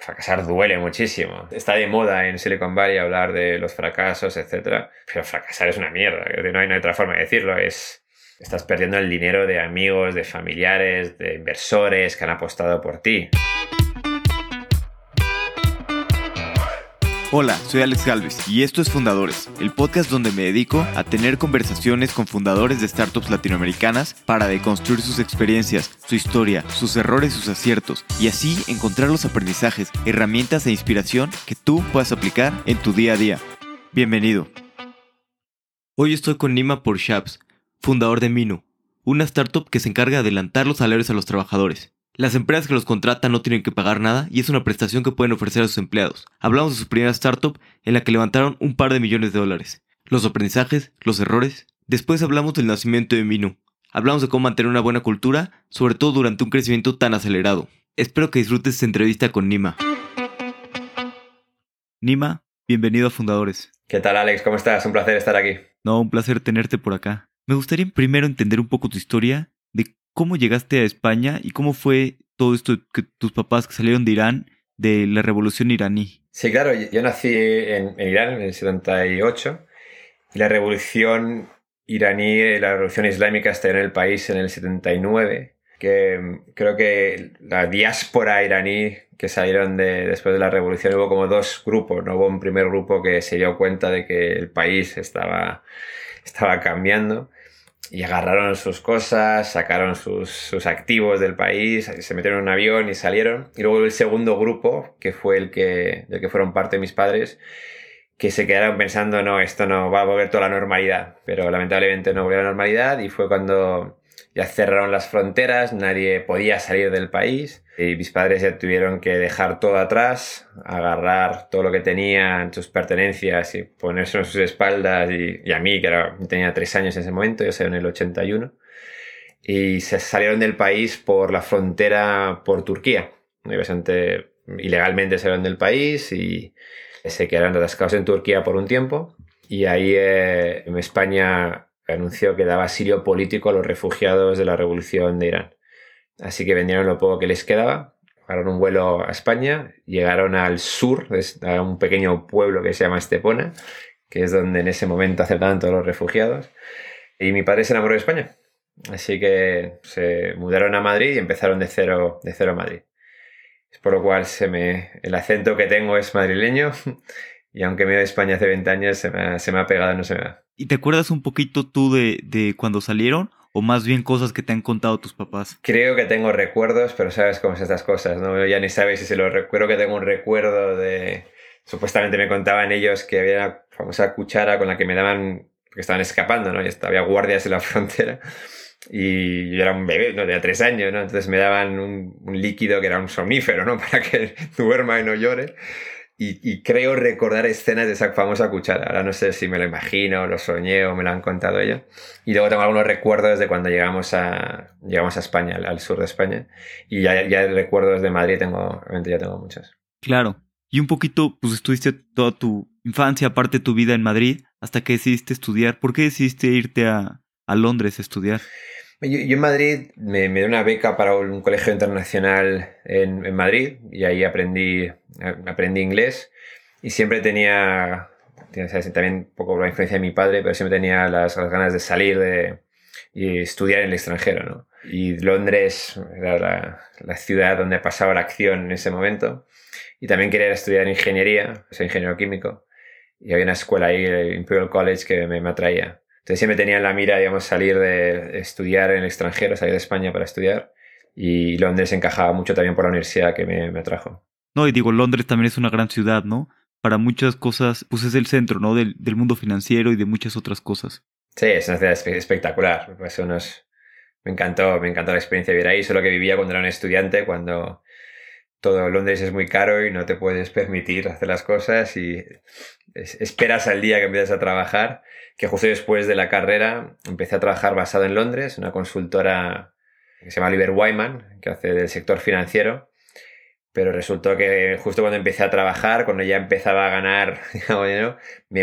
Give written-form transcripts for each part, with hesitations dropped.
fracasar duele muchísimo. Está de moda en Silicon Valley hablar de los fracasos, etcétera, pero fracasar es una mierda. No hay otra forma de decirlo. Estás perdiendo el dinero de amigos, de familiares, de inversores que han apostado por ti. Hola, soy Alex Galvez y esto es Fundadores, el podcast donde me dedico a tener conversaciones con fundadores de startups latinoamericanas para deconstruir sus experiencias, su historia, sus errores, sus aciertos y así encontrar los aprendizajes, herramientas e inspiración que tú puedas aplicar en tu día a día. Bienvenido. Hoy estoy con Nima Porshabs, fundador de Minu, una startup que se encarga de adelantar los salarios a los trabajadores. Las empresas que los contratan no tienen que pagar nada y es una prestación que pueden ofrecer a sus empleados. Hablamos de su primera startup en la que levantaron un par de millones de dólares. Los aprendizajes, los errores. Después hablamos del nacimiento de Minu. Hablamos de cómo mantener una buena cultura, sobre todo durante un crecimiento tan acelerado. Espero que disfrutes esta entrevista con Nima. Nima, bienvenido a Fundadores. ¿Qué tal, Alex? ¿Cómo estás? Un placer estar aquí. No, un placer tenerte por acá. Me gustaría primero entender un poco tu historia de cómo llegaste a España y cómo fue todo esto que tus papás que salieron de Irán, de la revolución iraní. Sí, claro. Yo nací en Irán en el 78 y la revolución iraní, la revolución islámica estalló en el país en el 79, que creo que la diáspora iraní que salieron después de la revolución hubo como dos grupos, ¿no? Hubo un primer grupo que se dio cuenta de que el país estaba cambiando y agarraron sus cosas, sacaron sus activos del país, se metieron en un avión y salieron. Y luego el segundo grupo, que fue del que fueron parte de mis padres, que se quedaron pensando, no, esto no va a volver toda la normalidad. Pero lamentablemente no volvió a la normalidad y fue cuando ya cerraron las fronteras, nadie podía salir del país y mis padres ya tuvieron que dejar todo atrás, agarrar todo lo que tenían, sus pertenencias y ponerse en sus espaldas y a mí, tenía 3 años en ese momento, yo salí en el 81, y se salieron del país por la frontera por Turquía. Y bastante ilegalmente salieron del país y se quedaron atascados en Turquía por un tiempo y ahí en España anunció que daba asilo político a los refugiados de la revolución de Irán. Así que vendieron lo poco que les quedaba, pagaron un vuelo a España, llegaron al sur, a un pequeño pueblo que se llama Estepona, que es donde en ese momento aceptaban todos los refugiados, y mi padre se enamoró de España. Así que se mudaron a Madrid y empezaron de cero a Madrid. Por lo cual el acento que tengo es madrileño, y aunque me he ido de España hace 20 años, se me ha pegado, no se me va. ¿Y te acuerdas un poquito tú de cuando salieron? ¿O más bien cosas que te han contado tus papás? Creo que tengo recuerdos, pero sabes cómo son estas cosas, ¿no? Ya ni sabes si se lo recuerdo, que tengo un recuerdo de... Supuestamente me contaban ellos que había una famosa cuchara con la que me daban... Porque estaban escapando, ¿no? Y había guardias en la frontera. Y yo era un bebé, ¿no? Tenía 3 años, ¿no? Entonces me daban un líquido que era un somnífero, ¿no? Para que duerma y no llore. Y creo recordar escenas de esa famosa cuchara. Ahora no sé si me lo imagino, lo soñé o me lo han contado ellos. Y luego tengo algunos recuerdos de cuando llegamos a España, al sur de España. Y ya recuerdos de Madrid obviamente ya tengo muchos. Claro. Y un poquito, pues estuviste toda tu infancia, aparte de tu vida en Madrid, hasta que decidiste estudiar. ¿Por qué decidiste irte a Londres a estudiar? Yo en Madrid me dio una beca para un colegio internacional en Madrid y ahí aprendí inglés y siempre tenía ¿sabes? También un poco la influencia de mi padre, pero siempre tenía las ganas de salir y estudiar en el extranjero, ¿no? Y Londres era la ciudad donde pasaba la acción en ese momento y también quería estudiar ingeniería, soy ingeniero químico y había una escuela ahí, el Imperial College, que me atraía. Entonces siempre tenía en la mira, digamos, salir de estudiar en el extranjero, salir de España para estudiar. Y Londres encajaba mucho también por la universidad que me atrajo. No, y digo, Londres también es una gran ciudad, ¿no? Para muchas cosas, pues es el centro, ¿no? Del mundo financiero y de muchas otras cosas. Sí, es una ciudad espectacular. Pues me encantó la experiencia de vivir ahí. Solo que vivía cuando era un estudiante, cuando todo Londres es muy caro y no te puedes permitir hacer las cosas y esperas al día que empiezas a trabajar, que justo después de la carrera empecé a trabajar basado en Londres, una consultora que se llama Oliver Wyman, que hace del sector financiero, pero resultó que justo cuando empecé a trabajar, cuando ya empezaba a ganar, digamos, dinero,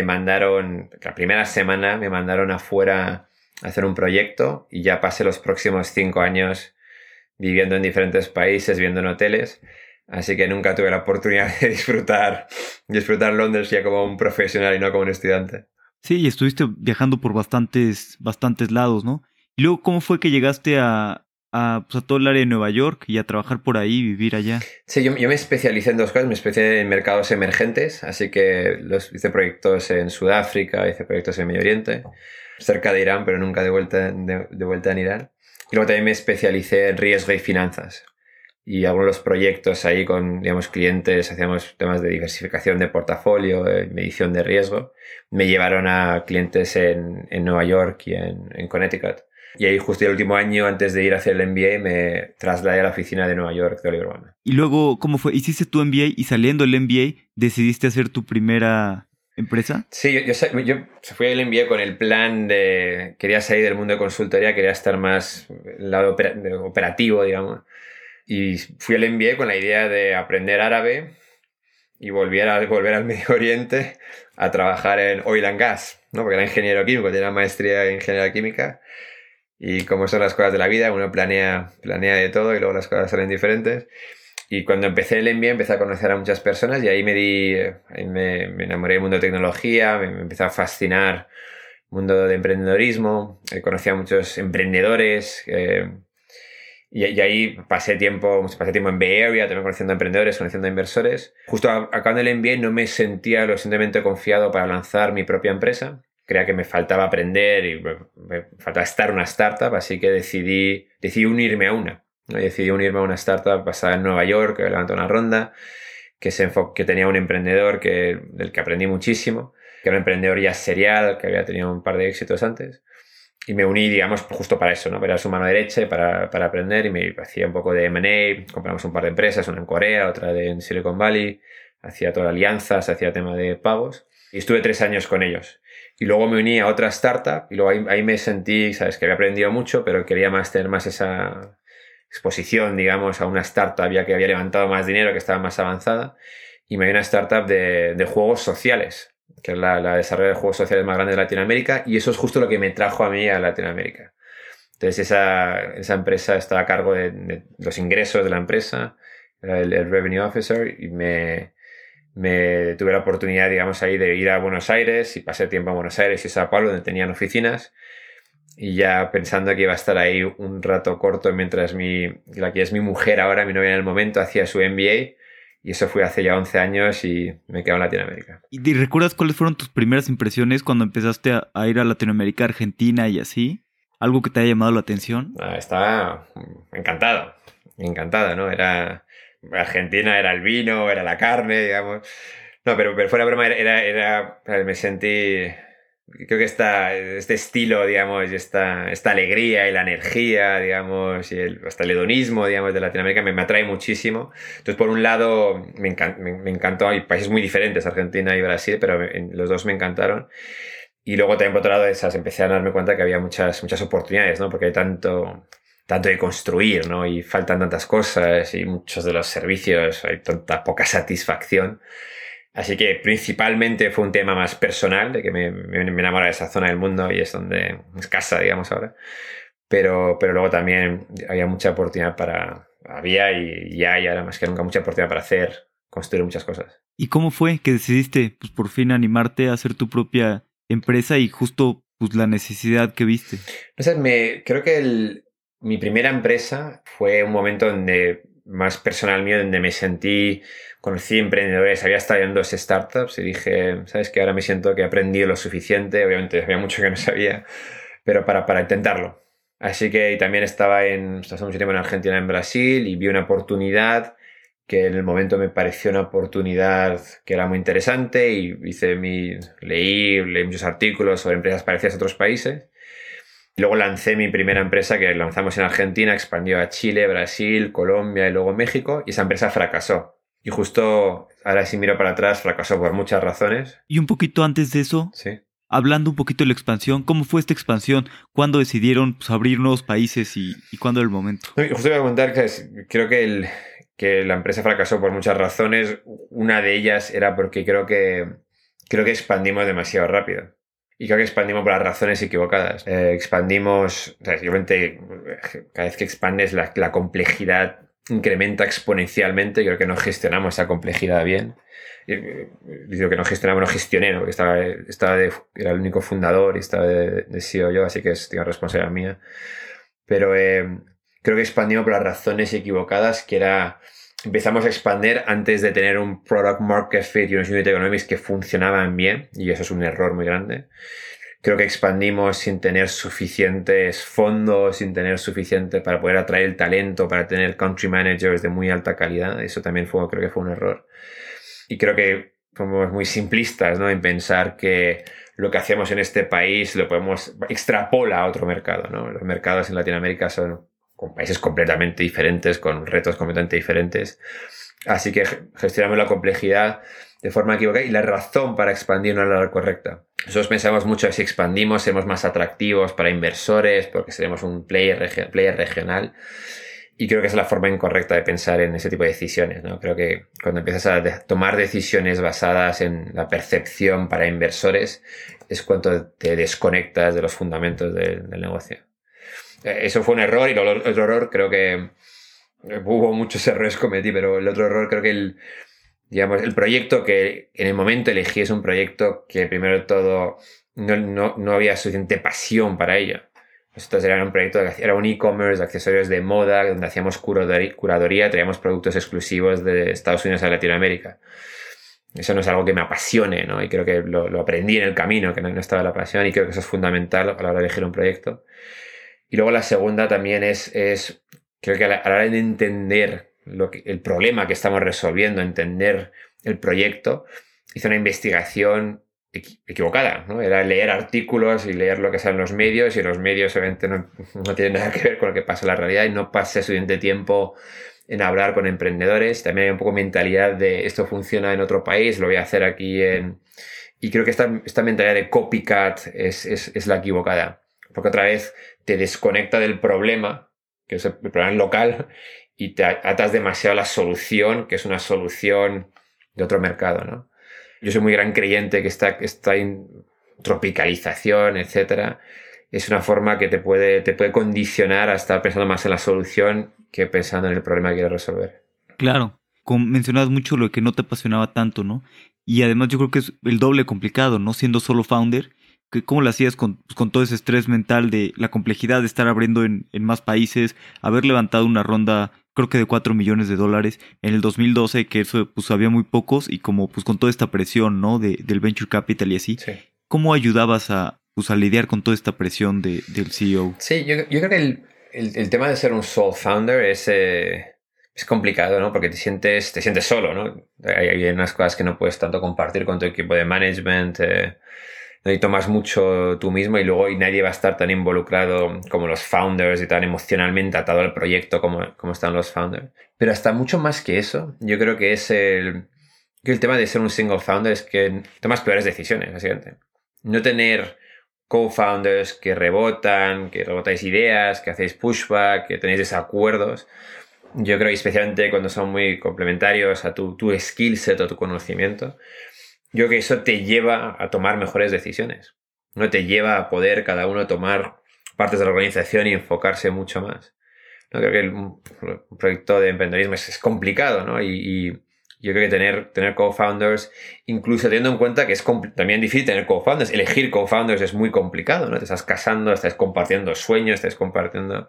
la primera semana me mandaron afuera a hacer un proyecto y ya pasé los próximos 5 años viviendo en diferentes países, viviendo en hoteles, Así que nunca tuve la oportunidad de disfrutar Londres ya como un profesional y no como un estudiante. Sí, y estuviste viajando por bastantes lados, ¿no? Y luego, ¿cómo fue que llegaste pues, a todo el área de Nueva York y a trabajar por ahí, vivir allá? Sí, yo me especialicé en dos cosas. Me especialicé en mercados emergentes, así que hice proyectos en Sudáfrica, hice proyectos en Medio Oriente, cerca de Irán, pero nunca de vuelta en Irán. Y luego también me especialicé en riesgo y finanzas. Y algunos de los proyectos ahí con, digamos, clientes, hacíamos temas de diversificación de portafolio, medición de riesgo. Me llevaron a clientes en Nueva York y en Connecticut. Y ahí justo el último año, antes de ir a hacer el MBA, me trasladé a la oficina de Nueva York de Oliver Wyman. Y luego, ¿cómo fue? ¿Hiciste tu MBA y saliendo del MBA decidiste hacer tu primera empresa? Sí, yo fui al MBA con el plan de... Quería salir del mundo de consultoría, quería estar más en el lado operativo, digamos. Y fui al MBA con la idea de aprender árabe y volver al Medio Oriente a trabajar en oil and gas, ¿no? Porque era ingeniero químico, tenía maestría en ingeniería química. Y como son las cosas de la vida, uno planea de todo y luego las cosas salen diferentes. Y cuando empecé el MBA empecé a conocer a muchas personas y ahí me enamoré del mundo de tecnología, me empezó a fascinar el mundo de emprendedorismo, conocí a muchos emprendedores y ahí pasé tiempo en Bay Area, también conociendo a emprendedores, conociendo a inversores. Justo acabando el MBA no me sentía lo suficientemente confiado para lanzar mi propia empresa. Creía que me faltaba aprender y me faltaba estar en una startup, así que decidí unirme a una. ¿No? Y decidí unirme a una startup basada en Nueva York, que levantó una ronda, que tenía un emprendedor del que aprendí muchísimo, que era un emprendedor ya serial, que había tenido un par de éxitos antes. Y me uní, digamos, justo para eso, ¿no? Para su mano derecha, para aprender, y me hacía un poco de M&A, compramos un par de empresas, una en Corea, otra en Silicon Valley, hacía todas alianzas, hacía tema de pagos, y estuve 3 años con ellos. Y luego me uní a otra startup, y luego ahí me sentí, ¿sabes? Que había aprendido mucho, pero quería tener más esa exposición, digamos, a una startup ya que había levantado más dinero, que estaba más avanzada, y me uní a una startup de juegos sociales, que es la desarrollo de juegos sociales más grande de Latinoamérica, y eso es justo lo que me trajo a mí a Latinoamérica. Entonces esa empresa estaba a cargo de los ingresos de la empresa, era el Revenue Officer, y tuve la oportunidad, digamos, ahí de ir a Buenos Aires, y pasé tiempo en Buenos Aires y Sao Paulo, donde tenían oficinas, y ya pensando que iba a estar ahí un rato corto mientras la que es mi mujer ahora, mi novia en el momento, hacía su MBA. Y eso fue hace ya 11 años y me quedo en Latinoamérica. ¿Y recuerdas cuáles fueron tus primeras impresiones cuando empezaste a ir a Latinoamérica, Argentina y así? ¿Algo que te haya llamado la atención? Estaba encantado, ¿no? Argentina era el vino, era la carne, digamos. No, pero fuera broma, me sentí... Creo que este estilo, digamos, y esta alegría y la energía, digamos, y hasta el hedonismo, digamos, de Latinoamérica me atrae muchísimo. Entonces, por un lado, me encantó. Hay países muy diferentes, Argentina y Brasil, pero los dos me encantaron. Y luego también, por otro lado, empecé a darme cuenta que había muchas oportunidades, ¿no? Porque hay tanto de construir, ¿no? Y faltan tantas cosas y muchos de los servicios, hay tanta poca satisfacción. Así que principalmente fue un tema más personal, de que me enamora de esa zona del mundo y es donde es casa, digamos, ahora. Pero luego también había mucha oportunidad había y ahora más que nunca mucha oportunidad para construir muchas cosas. ¿Y cómo fue que decidiste, pues, por fin animarte a hacer tu propia empresa y justo, pues, la necesidad que viste? No sé, creo que mi primera empresa fue un momento donde más personal mío, donde conocí emprendedores, había estado en 2 startups y dije, ¿sabes qué? Ahora me siento que he aprendido lo suficiente, obviamente había mucho que no sabía, pero para intentarlo. Así que también estaba mucho tiempo en Argentina, en Brasil, y vi una oportunidad que en el momento me pareció una oportunidad que era muy interesante y leí muchos artículos sobre empresas parecidas a otros países. Luego lancé mi primera empresa, que lanzamos en Argentina, expandió a Chile, Brasil, Colombia y luego México, y esa empresa fracasó. Y justo ahora si miro para atrás, fracasó por muchas razones. Y un poquito antes de eso, sí. Hablando un poquito de la expansión, ¿cómo fue esta expansión? ¿Cuándo decidieron, pues, abrir nuevos países y cuándo era el momento? Justo voy a comentar que creo que la empresa fracasó por muchas razones. Una de ellas era porque creo que expandimos demasiado rápido. Y creo que expandimos por las razones equivocadas. Expandimos, o sea, obviamente, cada vez que expandes la complejidad incrementa exponencialmente. Creo que no gestionamos esa complejidad bien. Digo que no gestionamos, no gestioné, ¿no? Porque era el único fundador y estaba de CEO yo, así que es responsabilidad mía. Pero creo que expandimos por las razones equivocadas, que empezamos a expandir antes de tener un product market fit y unos unit economics que funcionaban bien, y eso es un error muy grande. Creo que expandimos sin tener suficientes fondos, sin tener suficiente para poder atraer el talento, para tener country managers de muy alta calidad. Eso también creo que fue un error. Y creo que somos muy simplistas, ¿no? En pensar que lo que hacemos en este país lo podemos extrapolar a otro mercado, ¿no? Los mercados en Latinoamérica son con países completamente diferentes, con retos completamente diferentes. Así que gestionamos la complejidad de forma equivocada y la razón para expandir no era la correcta. Nosotros pensamos mucho que si expandimos seremos más atractivos para inversores porque seremos un player regional. Y creo que esa es la forma incorrecta de pensar en ese tipo de decisiones, ¿no? Creo que cuando empiezas a tomar decisiones basadas en la percepción para inversores es cuando te desconectas de los fundamentos del negocio. Eso fue un error, y el otro error, creo que hubo muchos errores cometí, pero el otro error creo que el proyecto que en el momento elegí es un proyecto que primero de todo no había suficiente pasión para ello. Nosotros era un proyecto, era un e-commerce de accesorios de moda donde hacíamos curaduría, traíamos productos exclusivos de Estados Unidos a Latinoamérica. Eso no es algo que me apasione, ¿no? Y creo que lo aprendí en el camino, que no estaba la pasión, y creo que eso es fundamental a la hora de elegir un proyecto. Y luego la segunda también es creo que a la hora de entender el problema que estamos resolviendo, entender el proyecto, hice una investigación equivocada, ¿no? Era leer artículos y leer lo que sale en los medios, y los medios obviamente no tienen nada que ver con lo que pasa en la realidad, y no pasé suficiente tiempo en hablar con emprendedores. También hay un poco mentalidad de esto funciona en otro país, lo voy a hacer aquí y creo que esta mentalidad de copycat es la equivocada, porque otra vez te desconecta del problema, que es el problema local, y te atas demasiado a la solución, que es una solución de otro mercado, ¿no? Yo soy muy gran creyente que esta tropicalización, etcétera, es una forma que te puede condicionar a estar pensando más en la solución que pensando en el problema que quieres resolver. Claro, como mencionabas mucho lo que no te apasionaba tanto, ¿no? Y además yo creo que es el doble complicado, ¿no? Siendo solo founder, ¿cómo lo hacías con todo ese estrés mental de la complejidad de estar abriendo en más países, haber levantado una ronda, creo que de $4 millones en el 2012, que eso pues había muy pocos, y como pues con toda esta presión, ¿no? Del venture capital y así. Sí. ¿Cómo ayudabas a lidiar con toda esta presión del CEO? Sí, yo creo que el tema de ser un sole founder es complicado, ¿no? Porque te sientes solo, ¿no? Hay unas cosas que no puedes tanto compartir con tu equipo de management, y tomas mucho tú mismo, y luego nadie va a estar tan involucrado como los founders y tan emocionalmente atado al proyecto como están los founders. Pero hasta mucho más que eso, yo creo que es el tema de ser un single founder es que tomas peores decisiones, básicamente. No tener co-founders que rebotáis ideas, que hacéis pushback, que tenéis desacuerdos. Yo creo que especialmente cuando son muy complementarios a tu skill set o tu conocimiento, yo creo que eso te lleva a tomar mejores decisiones. No te lleva a poder cada uno tomar partes de la organización y enfocarse mucho más. ¿No? Creo que un proyecto de emprendedorismo es complicado, ¿no? Y yo creo que tener co-founders, incluso teniendo en cuenta que es también difícil tener co-founders, elegir co-founders es muy complicado, ¿no? Te estás casando, estás compartiendo sueños, estás compartiendo...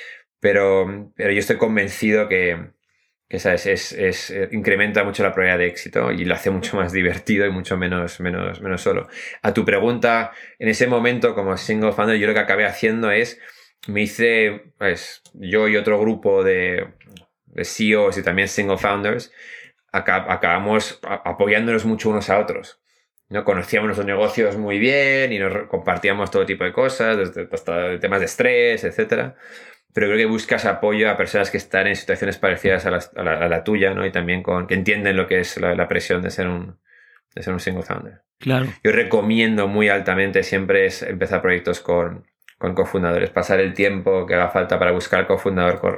Pero yo estoy convencido que ¿sabes? Incrementa mucho la probabilidad de éxito y lo hace mucho más divertido y mucho menos solo. A tu pregunta, en ese momento como single founder, yo lo que acabé haciendo me hice, pues, yo y otro grupo de CEOs y también single founders, acabamos apoyándonos mucho unos a otros, ¿no? Conocíamos nuestros negocios muy bien y nos compartíamos todo tipo de cosas, hasta temas de estrés, etcétera. Pero creo que buscas apoyo a personas que están en situaciones parecidas a la tuya, ¿no? Y también que entienden lo que es la presión de ser un single founder. Claro. Yo recomiendo muy altamente siempre es empezar proyectos con cofundadores, pasar el tiempo que haga falta para buscar cofundador,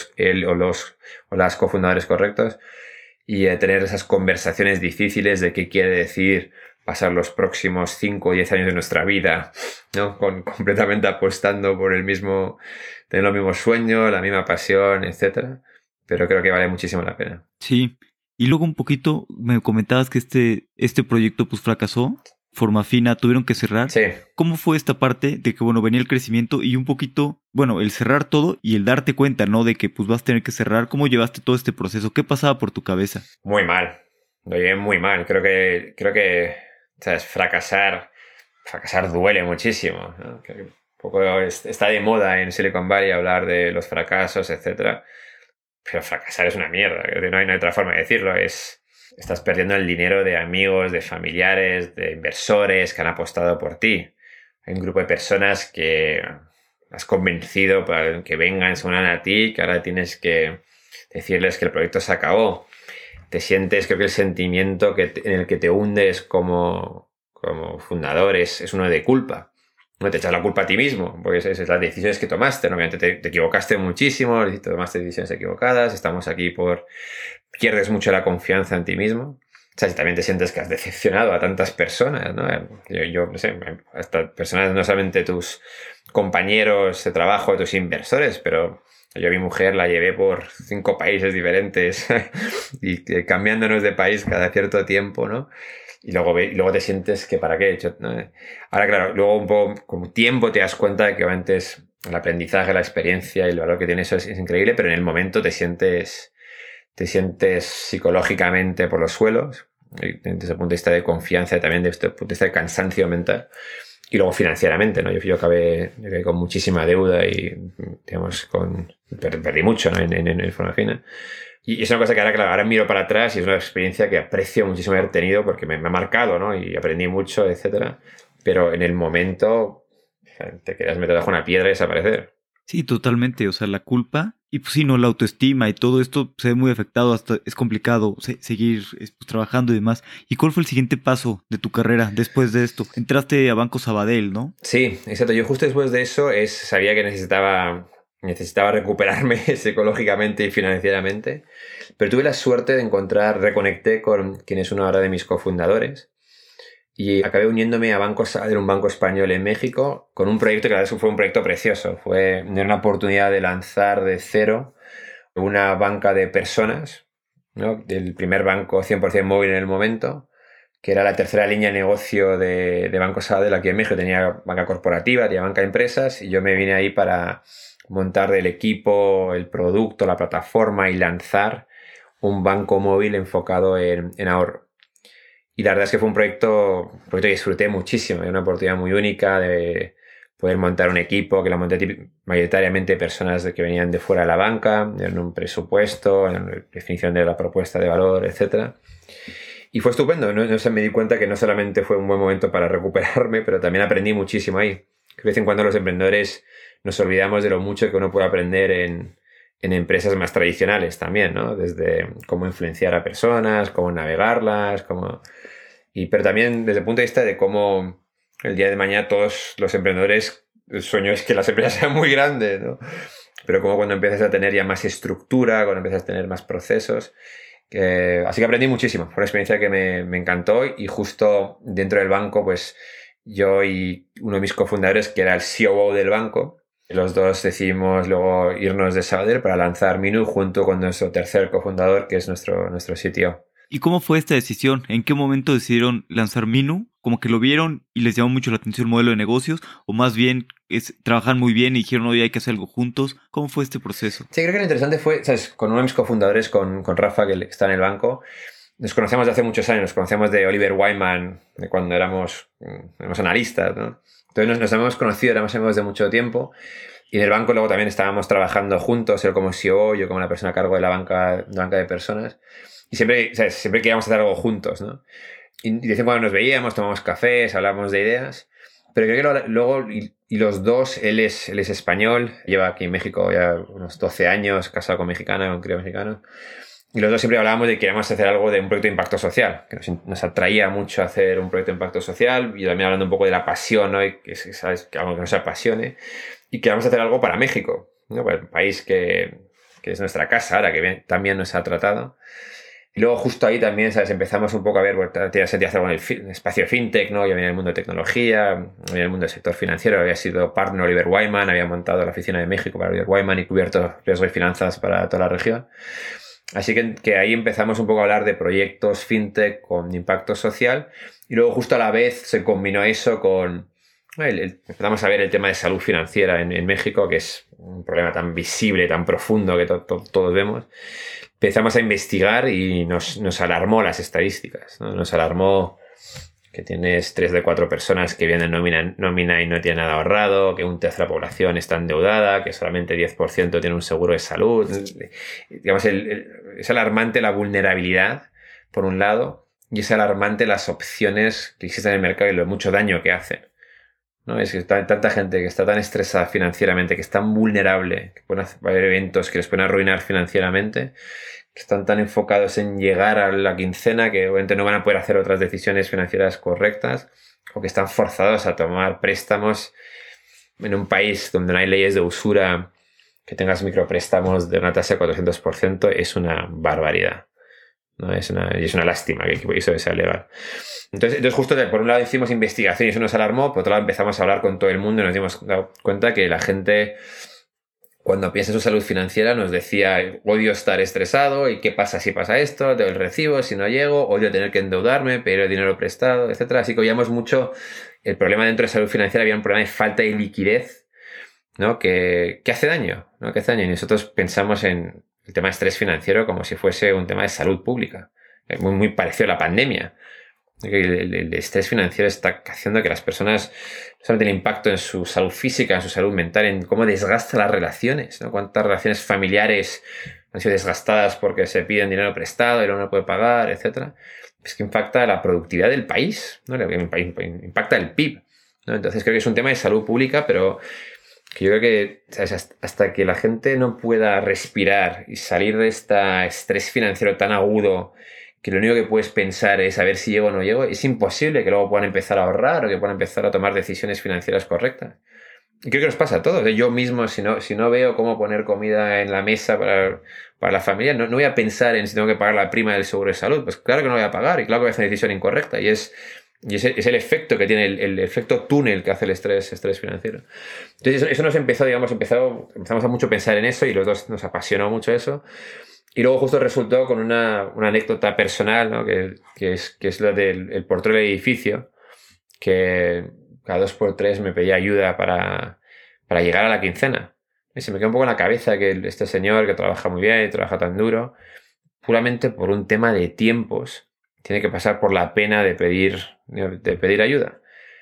las cofundadores correctos, y tener esas conversaciones difíciles de qué quiere decir pasar los próximos 5 o 10 años de nuestra vida, ¿no? Completamente apostando por tener los mismos sueños, la misma pasión, etcétera. pero creo que vale muchísimo la pena. Sí. Y luego un poquito me comentabas que este proyecto pues fracasó, Forma Fina, tuvieron que cerrar. Sí. ¿Cómo fue esta parte de que, bueno, venía el crecimiento y un poquito, bueno, el cerrar todo y el darte cuenta, ¿no? De que pues vas a tener que cerrar. ¿Cómo llevaste todo este proceso? ¿Qué pasaba por tu cabeza? Muy mal. Lo llevé muy mal. Creo que ¿sabes? Fracasar duele muchísimo, ¿no? Que un poco está de moda en Silicon Valley hablar de los fracasos, etcétera. Pero fracasar es una mierda. No hay otra forma de decirlo. Estás perdiendo el dinero de amigos, de familiares, de inversores que han apostado por ti. Hay un grupo de personas que has convencido para que vengan, se unan a ti, que ahora tienes que decirles que el proyecto se acabó. Te sientes, creo que el sentimiento en el que te hundes como fundador es uno de culpa. No te echas la culpa a ti mismo, porque esas son las decisiones que tomaste, ¿no? Obviamente te equivocaste muchísimo, tomaste decisiones equivocadas, estamos aquí pierdes mucho la confianza en ti mismo. O sea, si también te sientes que has decepcionado a tantas personas, ¿no? Yo no sé, hasta personas, no solamente tus compañeros de trabajo, tus inversores, pero yo a mi mujer la llevé por 5 países diferentes y cambiándonos de país cada cierto tiempo, ¿no? Y luego te sientes que para qué he hecho, ¿no? Ahora, claro, luego un poco con tiempo te das cuenta de que obviamente el aprendizaje, la experiencia y el valor que tiene eso es increíble, pero en el momento te sientes psicológicamente por los suelos, desde el punto de vista de confianza y también desde el punto de vista de cansancio mental. Y luego financieramente, ¿no? Yo acabé con muchísima deuda y, digamos, perdí mucho, ¿no? en Forma Fina. Y es una cosa que ahora miro para atrás y es una experiencia que aprecio muchísimo haber tenido porque me ha marcado, ¿no? Y aprendí mucho, etcétera. Pero en el momento te quedas metido bajo una piedra y desaparecer. Sí, totalmente. O sea, la culpa y pues sí, no, la autoestima y todo esto se ve muy afectado. Hasta es complicado seguir pues, trabajando y demás. ¿Y cuál fue el siguiente paso de tu carrera después de esto? Entraste a Banco Sabadell, ¿no? Sí, exacto. Yo justo después de eso sabía que necesitaba recuperarme psicológicamente y financieramente, pero tuve la suerte de reconecté con quien es uno ahora de mis cofundadores y acabé uniéndome a Banco Sabadell, un banco español en México, con un proyecto que la verdad fue un proyecto precioso. Fue una oportunidad de lanzar de cero una banca de personas, ¿no? El primer banco 100% móvil en el momento, que era la tercera línea de negocio de Banco Sabadell aquí en México. Tenía banca corporativa, tenía banca de empresas y yo me vine ahí para montar el equipo, el producto, la plataforma y lanzar un banco móvil enfocado en ahorro. Y la verdad es que fue un proyecto que disfruté muchísimo. Era una oportunidad muy única de poder montar un equipo que lo monté mayoritariamente personas que venían de fuera de la banca, en un presupuesto, en la definición de la propuesta de valor, etc. Y fue estupendo. No me di cuenta que no solamente fue un buen momento para recuperarme, pero también aprendí muchísimo ahí. De vez en cuando los emprendedores nos olvidamos de lo mucho que uno puede aprender en empresas más tradicionales también, ¿no? Desde cómo influenciar a personas, cómo navegarlas, pero también desde el punto de vista de cómo el día de mañana todos los emprendedores, el sueño es que las empresas sean muy grandes, ¿no? Pero como cuando empiezas a tener ya más estructura, cuando empiezas a tener más procesos. Así que aprendí muchísimo. Fue una experiencia que me encantó y justo dentro del banco, pues yo y uno de mis cofundadores, que era el COO del banco, los dos decidimos luego irnos de Sabadell para lanzar Minu junto con nuestro tercer cofundador, que es nuestro CTO. ¿Y cómo fue esta decisión? ¿En qué momento decidieron lanzar Minu? ¿Como que lo vieron y les llamó mucho la atención el modelo de negocios? ¿O más bien trabajan muy bien y dijeron, oye, hay que hacer algo juntos? ¿Cómo fue este proceso? Sí, creo que lo interesante fue, ¿sabes? Con uno de mis cofundadores, con Rafa, que está en el banco, nos conocemos de hace muchos años, nos conocemos de Oliver Wyman, de cuando éramos analistas, ¿no? Entonces nos hemos conocido, éramos amigos de mucho tiempo. Y en el banco luego también estábamos trabajando juntos, él como CEO, yo como la persona a cargo de la banca de personas. Y siempre, ¿sabes? Siempre queríamos hacer algo juntos, ¿no? Y de vez en cuando nos veíamos, tomamos cafés, hablábamos de ideas. Pero creo que luego, y los dos, él es español, lleva aquí en México ya unos 12 años, casado con mexicana, un crío mexicano. Y los dos siempre hablábamos de que queríamos hacer algo de un proyecto de impacto social, que nos atraía mucho hacer un proyecto de impacto social, y también hablando un poco de la pasión, ¿no? Y que, ¿sabes? Que algo que nos apasione. Y queríamos hacer algo para México, ¿no? Para el país que es nuestra casa ahora, que también nos ha tratado. Y luego justo ahí también, ¿sabes? Empezamos un poco a ver, bueno, tenía sentido hacer con el espacio fintech, ¿no? Yo venía del mundo de tecnología, venía del mundo del sector financiero, había sido partner de Oliver Wyman, había montado la oficina de México para Oliver Wyman y cubierto riesgo de finanzas para toda la región. Así que ahí empezamos un poco a hablar de proyectos fintech con impacto social y luego justo a la vez se combinó eso con... empezamos a ver el tema de salud financiera en México, que es un problema tan visible, tan profundo que todos vemos. Empezamos a investigar y nos alarmó las estadísticas, ¿no? Nos alarmó que tienes 3 de 4 personas que vienen nómina y no tienen nada ahorrado, que un tercio de la población está endeudada, que solamente 10% tiene un seguro de salud. Digamos, es alarmante la vulnerabilidad, por un lado, y es alarmante las opciones que existen en el mercado y lo mucho daño que hacen, ¿no? Es que tanta gente que está tan estresada financieramente, que es tan vulnerable, que pueden haber eventos que les pueden arruinar financieramente, que están tan enfocados en llegar a la quincena que obviamente no van a poder hacer otras decisiones financieras correctas, o que están forzados a tomar préstamos en un país donde no hay leyes de usura. Que tengas micropréstamos de una tasa de 400% es una barbaridad, ¿no? Es una lástima que eso sea legal. Entonces justo por un lado hicimos investigación y eso nos alarmó, por otro lado empezamos a hablar con todo el mundo y nos dimos cuenta que la gente, cuando piensa en su salud financiera, nos decía: odio estar estresado, ¿y qué pasa si pasa esto? Doy el recibo, si no llego, odio tener que endeudarme, pedir el dinero prestado, etcétera. Así que oíamos mucho el problema dentro de salud financiera, había un problema de falta de liquidez, ¿no? Que hace daño, ¿no? Que hace daño. Y nosotros pensamos en el tema de estrés financiero como si fuese un tema de salud pública. Es muy parecido a la pandemia. El estrés financiero está haciendo que las personas, no solamente el impacto en su salud física, en su salud mental, en cómo desgasta las relaciones, ¿no? Cuántas relaciones familiares han sido desgastadas porque se piden dinero prestado y no lo puede pagar, etcétera. Es que impacta la productividad del país, ¿no? Impacta el PIB, ¿no? Entonces creo que es un tema de salud pública, pero que yo creo que, ¿sabes? Hasta que la gente no pueda respirar y salir de este estrés financiero tan agudo, que lo único que puedes pensar es a ver si llego o no llego, es imposible que luego puedan empezar a ahorrar o que puedan empezar a tomar decisiones financieras correctas. Y creo que nos pasa a todos. Yo mismo, si no veo cómo poner comida en la mesa para la familia, no voy a pensar en si tengo que pagar la prima del seguro de salud. Pues claro que no voy a pagar y claro que voy a hacer una decisión incorrecta. Y es el efecto que tiene, el efecto túnel que hace el estrés financiero. Entonces eso nos empezó, empezamos a mucho pensar en eso y los dos nos apasionó mucho eso. Y luego justo resultó con una anécdota personal, ¿no? que es lo del portero del edificio, que cada 2 por 3 me pedía ayuda para llegar a la quincena. Y se me quedó un poco en la cabeza que este señor, que trabaja muy bien y trabaja tan duro, puramente por un tema de tiempos, tiene que pasar por la pena de pedir ayuda.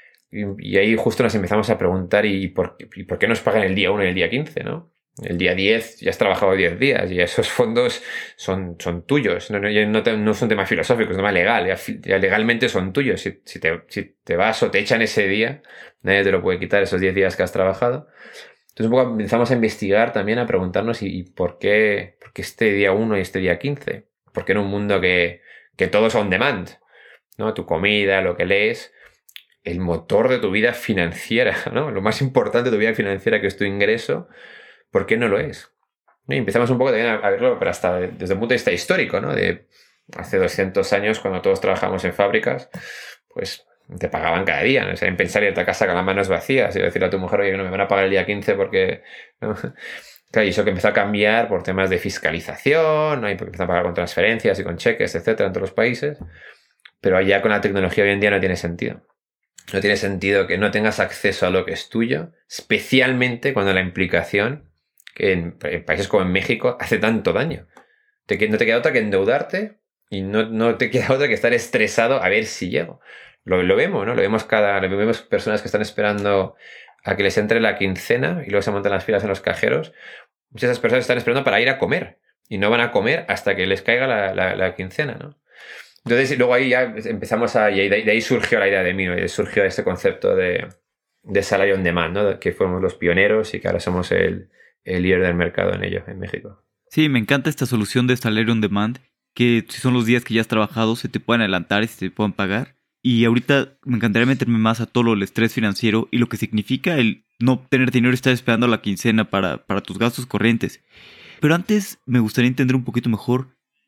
Y ahí justo nos empezamos a preguntar ¿y por qué nos pagan el día 1 y el día 15, ¿no? El día 10 ya has trabajado 10 días y esos fondos son tuyos. No es un tema filosófico, es un tema legal. Ya legalmente son tuyos. Si te vas o te echan ese día, nadie te lo puede quitar, esos 10 días que has trabajado. Entonces un poco empezamos a investigar también, a preguntarnos ¿y por qué este día 1 y este día 15? ¿Por qué en un mundo que todo es on demand, ¿no? Tu comida, lo que lees, el motor de tu vida financiera, ¿no? Lo más importante de tu vida financiera, que es tu ingreso, ¿por qué no lo es? Y empezamos un poco también a verlo, pero hasta desde el punto de vista histórico, ¿no? De hace 200 años, cuando todos trabajamos en fábricas, pues te pagaban cada día, ¿no? O sea, en pensar irte a casa con las manos vacías y decirle a tu mujer: oye, no me van a pagar el día 15 porque... ¿no? Claro, y eso que empezó a cambiar por temas de fiscalización, ¿no? Y porque empezó a pagar con transferencias y con cheques, etcétera, en todos los países. Pero allá con la tecnología hoy en día no tiene sentido. No tiene sentido que no tengas acceso a lo que es tuyo, especialmente cuando la implicación, que en países como en México, hace tanto daño. No te queda otra que endeudarte y no te queda otra que estar estresado a ver si llego. Lo vemos, ¿no? Lo vemos personas que están esperando a que les entre la quincena y luego se montan las filas en los cajeros. Muchas de esas personas están esperando para ir a comer y no van a comer hasta que les caiga la quincena, ¿no? Entonces, luego ahí ya empezamos y de ahí surgió la idea de mí, ¿no? Y surgió este concepto de salario on demand, ¿no? Que fuimos los pioneros y que ahora somos el líder del mercado en ello, en México. Sí, me encanta esta solución de salario on demand, que si son los días que ya has trabajado, se te pueden adelantar y se te pueden pagar. Y ahorita me encantaría meterme más a todo el estrés financiero y lo que significa el no tener dinero y estar esperando la quincena para tus gastos corrientes. Pero antes me gustaría entender un poquito mejor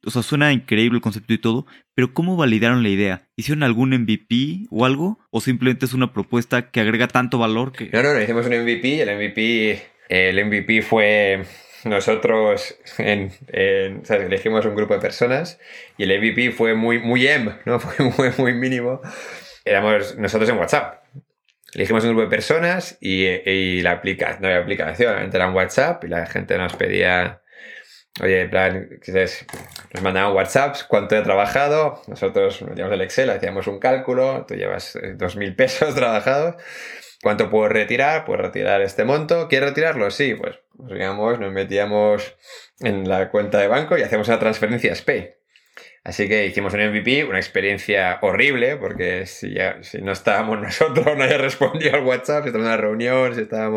O sea, suena increíble el concepto y todo, pero ¿cómo validaron la idea? ¿Hicieron algún MVP o algo? ¿O simplemente es una propuesta que agrega tanto valor que...? No, hicimos un MVP y el MVP fue nosotros, ¿sabes? Elegimos un grupo de personas y el MVP fue muy ¿no? Fue muy mínimo. Éramos nosotros en WhatsApp. Elegimos un grupo de personas y no había aplicación, era un WhatsApp y la gente nos pedía... Oye, en plan, nos mandaban WhatsApps, cuánto he trabajado, nosotros metíamos el Excel, hacíamos un cálculo, tú llevas 2.000 pesos trabajados, ¿cuánto puedo retirar? Puedo retirar este monto, ¿quieres retirarlo? Sí, pues nos metíamos en la cuenta de banco y hacíamos una transferencia SPAY. Así que hicimos un MVP, una experiencia horrible, porque si no estábamos nosotros, no había respondido al WhatsApp, si estábamos en una reunión,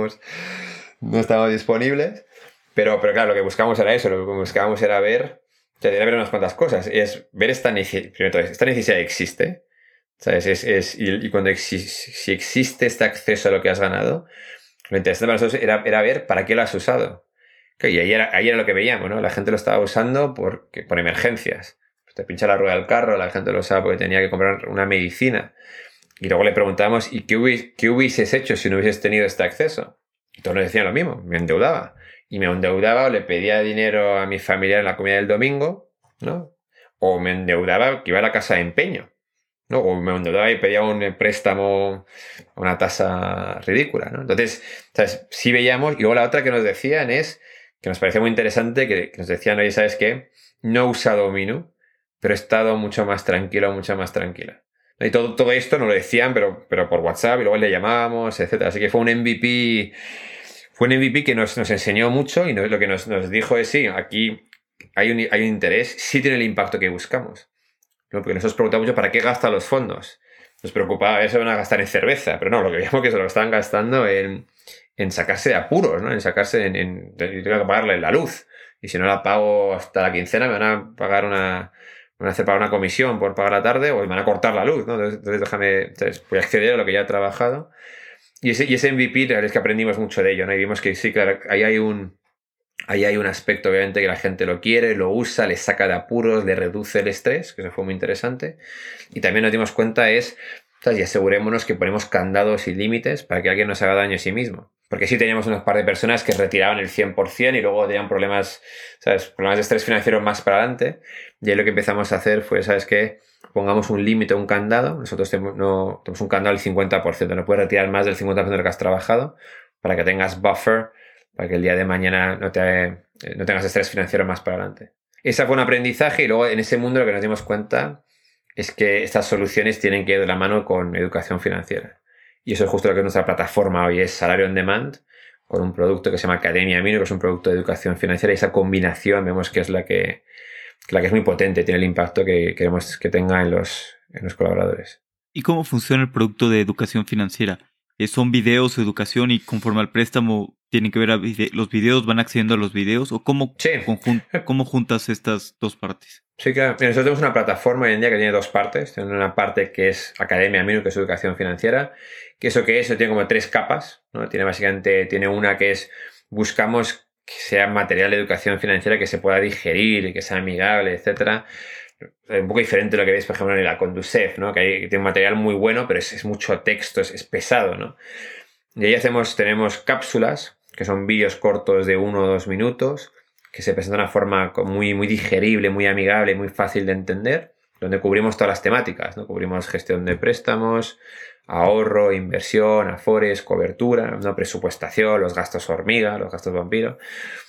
no estábamos disponibles. Pero claro, lo que buscábamos era eso, lo que buscábamos era ver unas cuantas cosas. Es ver esta necesidad existe, ¿sabes? Y cuando si existe este acceso a lo que has ganado, lo interesante para nosotros era ver para qué lo has usado. Y ahí era lo que veíamos, ¿no? La gente lo estaba usando por emergencias. Te pincha la rueda del carro, la gente lo usaba porque tenía que comprar una medicina. Y luego le preguntamos, ¿y qué hubieses hecho si no hubieses tenido este acceso? Y todos nos decían lo mismo, me endeudaba. Y me endeudaba o le pedía dinero a mi familia en la comida del domingo, ¿no? O me endeudaba que iba a la casa de empeño, ¿no? O me endeudaba y pedía un préstamo a una tasa ridícula, ¿no? Entonces, ¿sabes? Sí veíamos. Y luego la otra que nos decían es, que nos parecía muy interesante, que nos decían, oye, ¿sabes qué? No he usado Minu, pero he estado mucho más tranquilo, mucho más tranquila. Y todo esto nos lo decían, pero por WhatsApp, y luego le llamábamos, etcétera. Así que fue un MVP... Fue un MVP que nos enseñó mucho y lo que nos dijo es, sí, aquí hay un interés, sí tiene el impacto que buscamos, ¿no? Porque nosotros preguntamos mucho para qué gastan los fondos. Nos preocupaba, eso van a gastar en cerveza, pero no, lo que veíamos que se lo estaban gastando en sacarse de apuros, ¿no? En sacarse yo tengo que pagarle la luz y si no la pago hasta la quincena me van a pagar me van a hacer pagar una comisión por pagar la tarde o me van a cortar la luz, ¿no? Entonces voy a acceder a lo que ya he trabajado. Y ese MVP, la verdad es que aprendimos mucho de ello, ¿no? Y vimos que sí, claro, ahí hay un aspecto, obviamente, que la gente lo quiere, lo usa, le saca de apuros, le reduce el estrés, que eso fue muy interesante. Y también nos dimos cuenta y asegurémonos que ponemos candados y límites para que alguien no se haga daño a sí mismo. Porque sí teníamos unos par de personas que retiraban el 100% y luego tenían problemas, ¿sabes? Problemas de estrés financiero más para adelante. Y ahí lo que empezamos a hacer fue, ¿sabes qué? Pongamos un límite, un candado. Nosotros tenemos un candado del 50%. No puedes retirar más del 50% de lo que has trabajado para que tengas buffer, para que el día de mañana no tengas estrés financiero más para adelante. Ese fue un aprendizaje y luego en ese mundo lo que nos dimos cuenta es que estas soluciones tienen que ir de la mano con educación financiera. Y eso es justo lo que es nuestra plataforma hoy, es Salario on Demand, con un producto que se llama Academia Minu, que es un producto de educación financiera. Y esa combinación vemos que es la que es muy potente, tiene el impacto que queremos que tenga en los colaboradores. ¿Y cómo funciona el producto de educación financiera? ¿Son videos de educación y conforme al préstamo tienen que ver los videos, van accediendo a los videos? ¿O cómo juntas estas dos partes? Sí, claro. Nosotros tenemos una plataforma hoy en día que tiene dos partes. Tiene una parte que es Academia Minu, que es educación financiera. Eso tiene como 3 capas, ¿no? Tiene una que es, buscamos que sea material de educación financiera que se pueda digerir y que sea amigable, etcétera. Un poco diferente de lo que veis, por ejemplo, en la Conducef, ¿no? Que tiene un material muy bueno, pero es mucho texto, es pesado, ¿no? Y ahí tenemos cápsulas, que son vídeos cortos de 1 o 2 minutos, que se presentan de una forma muy, muy digerible, muy amigable, muy fácil de entender, donde cubrimos todas las temáticas, ¿no? Cubrimos gestión de préstamos, ahorro, inversión, afores, cobertura, ¿no? Presupuestación, los gastos hormiga, los gastos vampiro.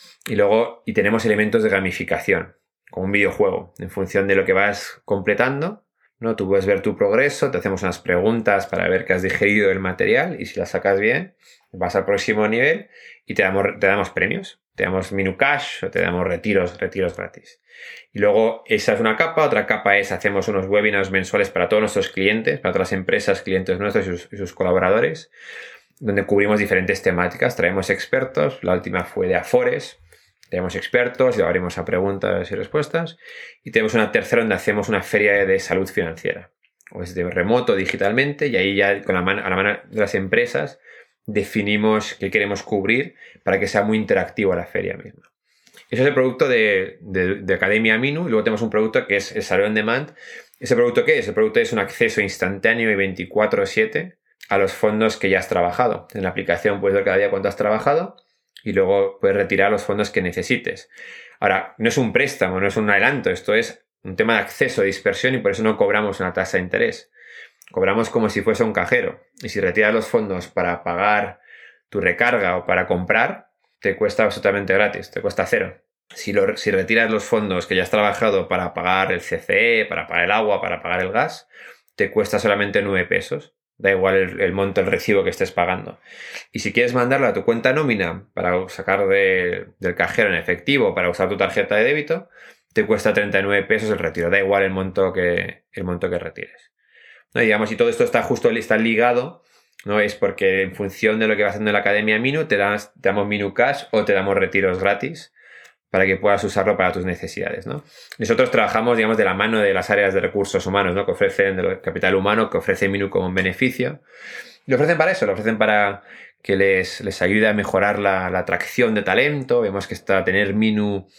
Y tenemos elementos de gamificación, como un videojuego, en función de lo que vas completando, ¿no? Tú puedes ver tu progreso, te hacemos unas preguntas para ver que has digerido el material y si las sacas bien, vas al próximo nivel y te damos premios. Te damos Minu Cash o te damos retiros gratis. Y luego esa es una capa. Otra capa es hacemos unos webinars mensuales para todos nuestros clientes, para todas las empresas, clientes nuestros y sus colaboradores, donde cubrimos diferentes temáticas. Traemos expertos. La última fue de Afores. Tenemos expertos y lo abrimos a preguntas y respuestas. Y tenemos una tercera donde hacemos una feria de salud financiera. O es de remoto, digitalmente, y ahí ya a la mano de las empresas definimos qué queremos cubrir para que sea muy interactivo la feria misma. Eso es el producto de Academia Minu, y luego tenemos un producto que es el Salario on Demand. ¿Ese producto qué es? El producto es un acceso instantáneo y 24/7 a los fondos que ya has trabajado. En la aplicación puedes ver cada día cuánto has trabajado y luego puedes retirar los fondos que necesites. Ahora, no es un préstamo, no es un adelanto, esto es un tema de acceso, de dispersión, y por eso no cobramos una tasa de interés. Cobramos como si fuese un cajero. Y si retiras los fondos para pagar tu recarga o para comprar, te cuesta absolutamente gratis, te cuesta cero. Si retiras los fondos que ya has trabajado para pagar el CCE, para pagar el agua, para pagar el gas, te cuesta solamente 9 pesos. Da igual el monto, el recibo que estés pagando. Y si quieres mandarlo a tu cuenta nómina para sacar del cajero en efectivo, para usar tu tarjeta de débito, te cuesta 39 pesos el retiro. Da igual el monto que retires. ¿No? Y digamos, y todo esto está ligado, ¿no? Es porque en función de lo que va haciendo la Academia Minu, te damos Minu Cash o te damos retiros gratis para que puedas usarlo para tus necesidades, ¿no? Nosotros trabajamos, digamos, de la mano de las áreas de recursos humanos, ¿no? Que ofrecen, del capital humano, que ofrece Minu como un beneficio. Lo ofrecen para eso, lo ofrecen para que les ayude a mejorar la atracción de talento. Vemos que tener Minu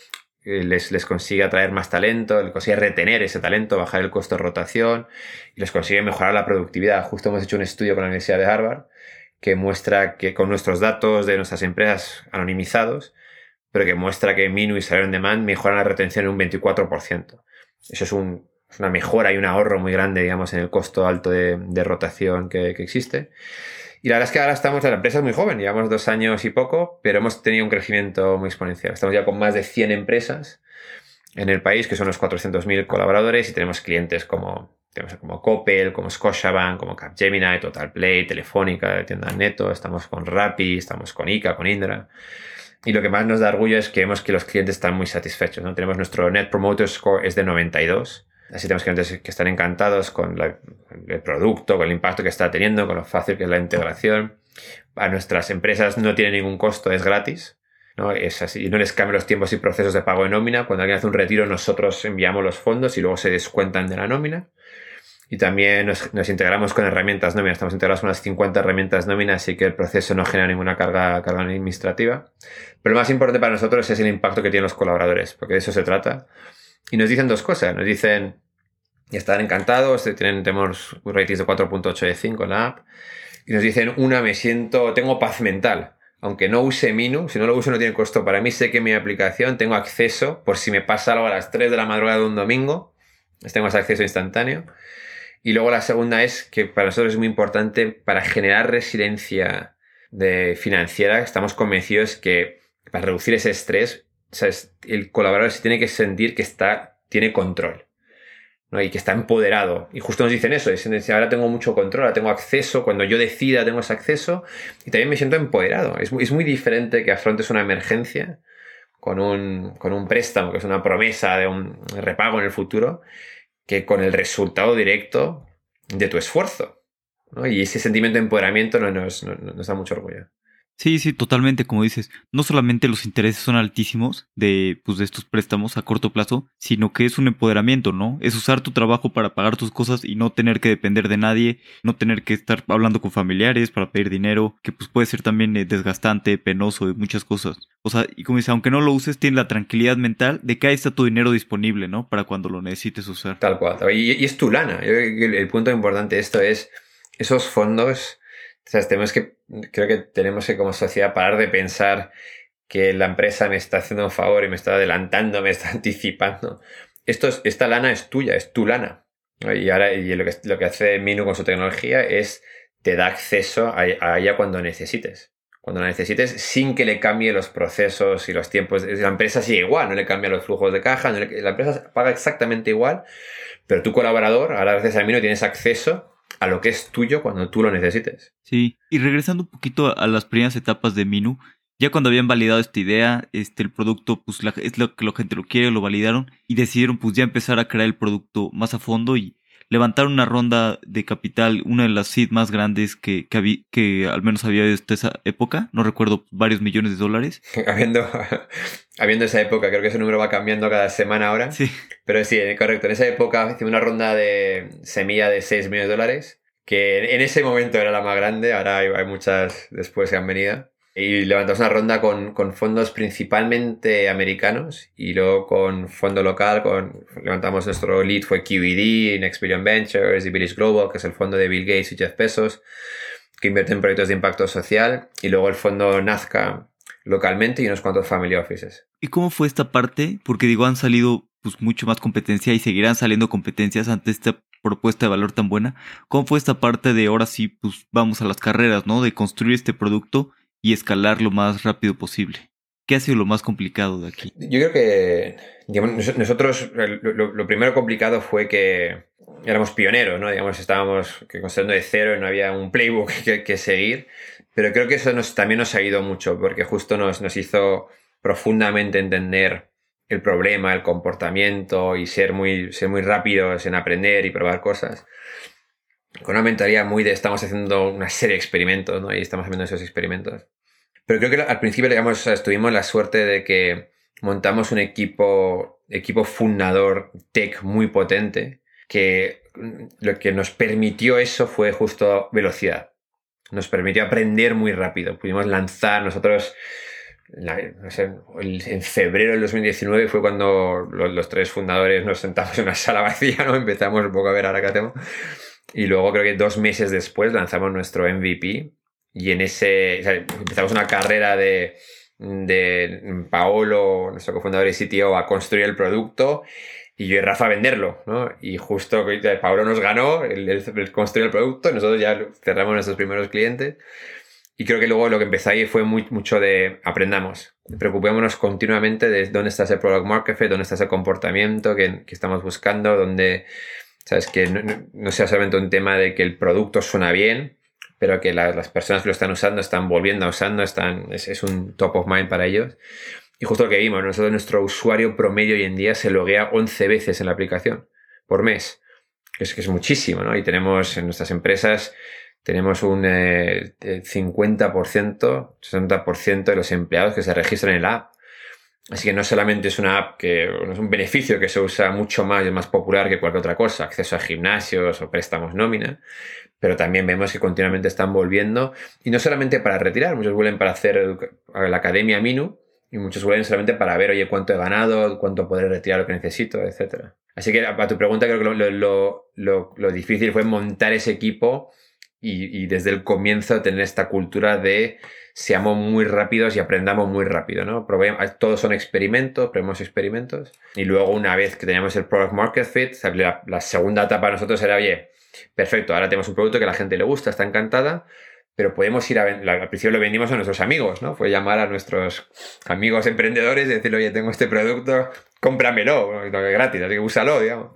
les consigue atraer más talento, les consigue retener ese talento, bajar el costo de rotación y les consigue mejorar la productividad. Justo hemos hecho un estudio con la Universidad de Harvard que muestra que con nuestros datos de nuestras empresas anonimizados, pero que muestra que Minu y Salario on Demand mejoran la retención en un 24%. Eso es una mejora y un ahorro muy grande, digamos, en el costo alto de rotación que existe. Y la verdad es que ahora la empresa es muy joven, llevamos 2 años y poco, pero hemos tenido un crecimiento muy exponencial. Estamos ya con más de 100 empresas en el país, que son los 400.000 colaboradores, y tenemos clientes como Coppel, como Scotiabank, como Capgemini, Totalplay, Telefónica, Tienda Neto, estamos con Rappi, estamos con ICA, con Indra. Y lo que más nos da orgullo es que vemos que los clientes están muy satisfechos, ¿no? Tenemos nuestro Net Promoter Score es de 92. Así tenemos clientes que están encantados con el producto, con el impacto que está teniendo, con lo fácil que es la integración. A nuestras empresas no tiene ningún costo, es gratis, ¿no? Es así, y no les cambian los tiempos y procesos de pago de nómina. Cuando alguien hace un retiro, nosotros enviamos los fondos y luego se descuentan de la nómina. Y también nos integramos con herramientas nómina. Estamos integrados con unas 50 herramientas nómina, así que el proceso no genera ninguna carga administrativa. Pero lo más importante para nosotros es el impacto que tienen los colaboradores, porque de eso se trata. Y nos dicen 2 cosas. Nos dicen, y están encantados, tenemos ratings de 4.8 de 5 en la app. Y nos dicen, tengo paz mental. Aunque no use Minu, si no lo uso no tiene costo para mí, sé que en mi aplicación tengo acceso, por si me pasa algo a las 3 de la madrugada de un domingo, tengo ese acceso instantáneo. Y luego la segunda es que para nosotros es muy importante para generar resiliencia financiera. Estamos convencidos que para reducir ese estrés, o sea, el colaborador se tiene que sentir que tiene control, ¿no? Y que está empoderado. Y justo nos dicen eso, ahora tengo mucho control, ahora tengo acceso, cuando yo decida tengo ese acceso y también me siento empoderado. Es muy diferente que afrontes una emergencia con un préstamo, que es una promesa de un repago en el futuro, que con el resultado directo de tu esfuerzo, ¿no? Y ese sentimiento de empoderamiento nos da mucho orgullo. Sí, sí, totalmente, como dices. No solamente los intereses son altísimos de estos préstamos a corto plazo, sino que es un empoderamiento, ¿no? Es usar tu trabajo para pagar tus cosas y no tener que depender de nadie, no tener que estar hablando con familiares para pedir dinero, que puede ser también desgastante, penoso y muchas cosas. O sea, y como dices, aunque no lo uses, tienes la tranquilidad mental de que ahí está tu dinero disponible, ¿no? Para cuando lo necesites usar. Tal cual. Y es tu lana. Yo creo que el punto importante de esto es esos fondos. O sea, creo que tenemos que como sociedad parar de pensar que la empresa me está haciendo un favor y me está adelantando, me está anticipando. Esta lana es tuya, es tu lana, ¿no? Y ahora lo que hace Minu con su tecnología es te da acceso a ella cuando necesites. Cuando la necesites, sin que le cambie los procesos y los tiempos. La empresa sigue igual, no le cambia los flujos de caja, la empresa paga exactamente igual, pero tu colaborador, ahora gracias a Minu tienes acceso a lo que es tuyo cuando tú lo necesites. Sí, y regresando un poquito a las primeras etapas de Minu, ya cuando habían validado esta idea, el producto, es lo que la gente lo quiere, lo validaron y decidieron ya empezar a crear el producto más a fondo y levantaron una ronda de capital, una de las seed más grandes que al menos había desde esa época, no recuerdo, varios millones de dólares. Habiendo esa época, creo que ese número va cambiando cada semana ahora. Sí. Pero sí, correcto. En esa época hicimos una ronda de semilla de 6 millones de dólares, que en ese momento era la más grande, ahora hay muchas después que han venido. Y levantamos una ronda con fondos principalmente americanos y luego con fondo local, levantamos nuestro lead, fue QED, Next Billion Ventures y Village Global, que es el fondo de Bill Gates y Jeff Bezos, que invierte en proyectos de impacto social, y luego el fondo Nazca localmente y unos cuantos family offices. ¿Y cómo fue esta parte? Porque digo, han salido pues mucho más competencia y seguirán saliendo competencias ante esta propuesta de valor tan buena. ¿Cómo fue esta parte de ahora sí, pues vamos a las carreras, ¿no? De construir este producto y escalar lo más rápido posible? ¿Qué ha sido lo más complicado de aquí? Yo creo que, digamos, nosotros lo primero complicado fue que éramos pioneros, ¿no? Digamos, estábamos construyendo de cero y no había un playbook que seguir. Pero creo que eso también nos ha ayudado mucho, porque justo nos hizo profundamente entender el problema, el comportamiento y ser muy rápidos en aprender y probar cosas. Con una mentalidad muy de estamos haciendo una serie de experimentos, ¿no? Y estamos haciendo esos experimentos. Pero creo que al principio, digamos, tuvimos la suerte de que montamos un equipo fundador tech muy potente, que lo que nos permitió eso fue justo velocidad. Nos permitió aprender muy rápido. Pudimos lanzar nosotros, no sé, en febrero del 2019 fue cuando los tres fundadores nos sentamos en una sala vacía, ¿no? Empezamos un poco a ver ahora qué hacemos. Y luego creo que 2 meses después lanzamos nuestro MVP. Y en ese, o sea, empezamos una carrera de Paolo, nuestro cofundador y CTO, a construir el producto y yo y Rafa a venderlo, ¿no? Y justo Paolo nos ganó, él construyó el producto y nosotros ya cerramos nuestros primeros clientes. Y creo que luego lo que empezó ahí fue mucho de aprendamos. Preocupémonos continuamente de dónde está ese product market fit, dónde está ese comportamiento que estamos buscando, donde, sabes, que no sea solamente un tema de que el producto suena bien, pero que las personas que lo están usando están volviendo a usando, es un top of mind para ellos. Y justo lo que vimos, nosotros, nuestro usuario promedio hoy en día se loguea 11 veces en la aplicación por mes, que es muchísimo, ¿no? Y tenemos en nuestras empresas, tenemos un 50%, 60% de los empleados que se registran en la app. Así que no solamente es una app que no es un beneficio que se usa mucho más, es más popular que cualquier otra cosa, acceso a gimnasios o préstamos nómina, pero también vemos que continuamente están volviendo, y no solamente para retirar, muchos vuelven para hacer la academia Minu, y muchos vuelven solamente para ver, oye, cuánto he ganado, cuánto podré retirar lo que necesito, etc. Así que a tu pregunta, creo que lo difícil fue montar ese equipo y desde el comienzo tener esta cultura de seamos muy rápidos y aprendamos muy rápido, ¿no? Todos son experimentos, probemos experimentos, y luego una vez que teníamos el product market fit, la segunda etapa para nosotros era, oye, perfecto, ahora tenemos un producto que a la gente le gusta, está encantada, pero podemos ir al principio lo vendimos a nuestros amigos, ¿no? Fue llamar a nuestros amigos emprendedores y decirle, oye, tengo este producto, cómpramelo, es gratis, así que úsalo, digamos.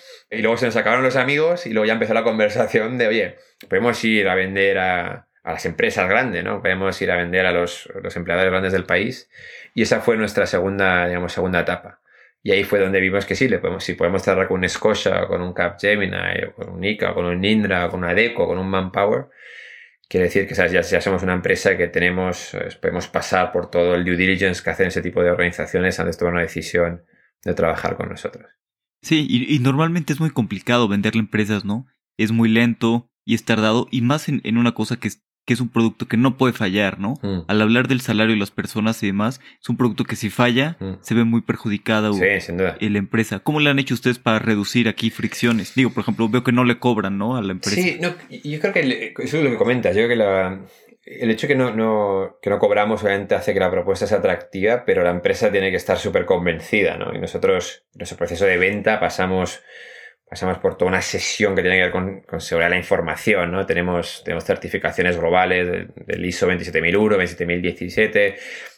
Y luego se nos acabaron los amigos y luego ya empezó la conversación de, oye, podemos ir a vender a las empresas grandes, ¿no? Podemos ir a vender a los empleadores grandes del país. Y esa fue nuestra segunda etapa. Y ahí fue donde vimos que sí, si podemos cerrar con un Scotia, o con un Capgemini, o con un ICA, o con un Indra, o con una Adecco, o con un Manpower, quiere decir que, ¿sabes? Ya somos una empresa que podemos pasar por todo el due diligence que hacen ese tipo de organizaciones antes de tomar una decisión de trabajar con nosotros. Sí, y normalmente es muy complicado venderle a empresas, ¿no? Es muy lento y es tardado, y más en una cosa que es un producto que no puede fallar, ¿no? Al hablar del salario de las personas y demás, es un producto que si falla, se ve muy perjudicada sin duda. La empresa. ¿Cómo le han hecho ustedes para reducir aquí fricciones? Digo, por ejemplo, veo que no le cobran, ¿no? A la empresa. Sí, no, yo creo que eso es lo que comentas. Yo creo que el hecho que no cobramos obviamente hace que la propuesta sea atractiva, pero la empresa tiene que estar súper convencida, ¿no? Y nosotros, en nuestro proceso de venta, pasamos por toda una sesión que tiene que ver con seguridad de la información, ¿no? Tenemos certificaciones globales del ISO 27001, 27017,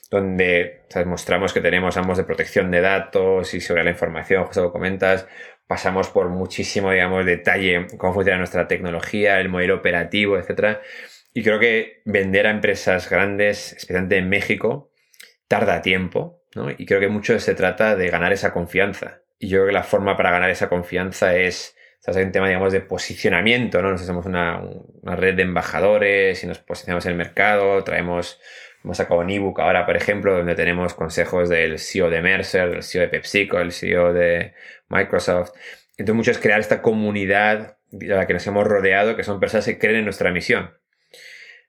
donde, ¿sabes? Mostramos que tenemos ambos de protección de datos y seguridad de la información, justo lo comentas. Pasamos por muchísimo, digamos, detalle cómo funciona nuestra tecnología, el modelo operativo, etcétera. Y creo que vender a empresas grandes, especialmente en México, tarda tiempo, ¿no? Y creo que mucho se trata de ganar esa confianza. Y yo creo que la forma para ganar esa confianza es, ¿sabes? Hay un tema, digamos, de posicionamiento, ¿no? Nos hacemos una red de embajadores y nos posicionamos en el mercado, hemos sacado un ebook ahora, por ejemplo, donde tenemos consejos del CEO de Mercer, del CEO de PepsiCo, el CEO de Microsoft. Entonces, mucho es crear esta comunidad de la que nos hemos rodeado, que son personas que creen en nuestra misión.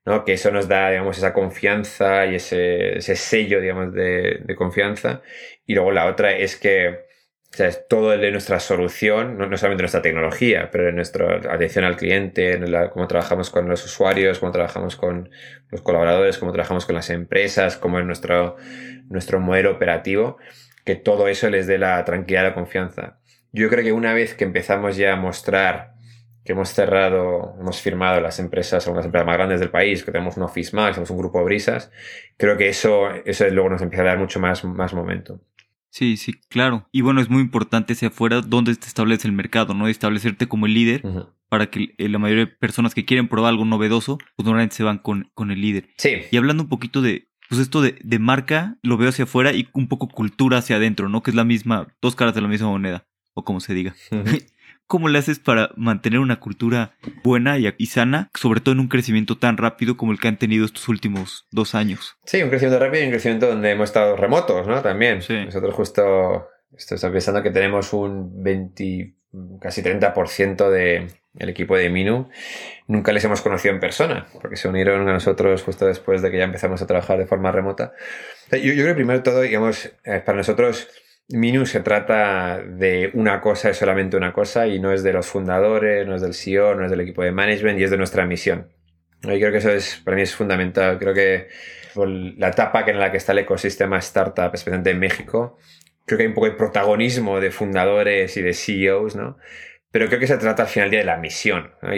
¿no? Que eso nos da, digamos, esa confianza y ese sello, digamos, de confianza. Y luego la otra es que, o sea, es todo de nuestra solución, no solamente nuestra tecnología, pero en nuestra atención al cliente, cómo trabajamos con los usuarios, cómo trabajamos con los colaboradores, cómo trabajamos con las empresas, cómo es nuestro modelo operativo, que todo eso les dé la tranquilidad y la confianza. Yo creo que una vez que empezamos ya a mostrar que hemos firmado las empresas, algunas empresas más grandes del país, que tenemos un Office Max, tenemos un grupo de Brisas, creo que eso luego nos empieza a dar mucho más momento. Sí, sí, claro. Y bueno, es muy importante hacia afuera donde te establece el mercado, ¿no? Establecerte como el líder para que la mayoría de personas que quieren probar algo novedoso, pues normalmente se van con el líder. Sí. Y hablando un poquito de, pues esto de marca, lo veo hacia afuera y un poco cultura hacia adentro, ¿no? Que es la misma, dos caras de la misma moneda, o como se diga. ¿Cómo le haces para mantener una cultura buena y sana, sobre todo en un crecimiento tan rápido como el que han tenido estos últimos 2 años? Sí, un crecimiento rápido y un crecimiento donde hemos estado remotos, ¿no? También. Sí. Nosotros justo estoy pensando que tenemos un 20, casi 30% del equipo de Minu. Nunca les hemos conocido en persona, porque se unieron a nosotros justo después de que ya empezamos a trabajar de forma remota. Yo creo que primero de todo, digamos, para nosotros Minu se trata de una cosa, es solamente una cosa, y no es de los fundadores, no es del CEO, no es del equipo de management, y es de nuestra misión. Y creo que eso para mí es fundamental. Creo que por la etapa en la que está el ecosistema startup, especialmente en México, creo que hay un poco de protagonismo de fundadores y de CEOs, ¿no? Pero creo que se trata al final del día de la misión, ¿no?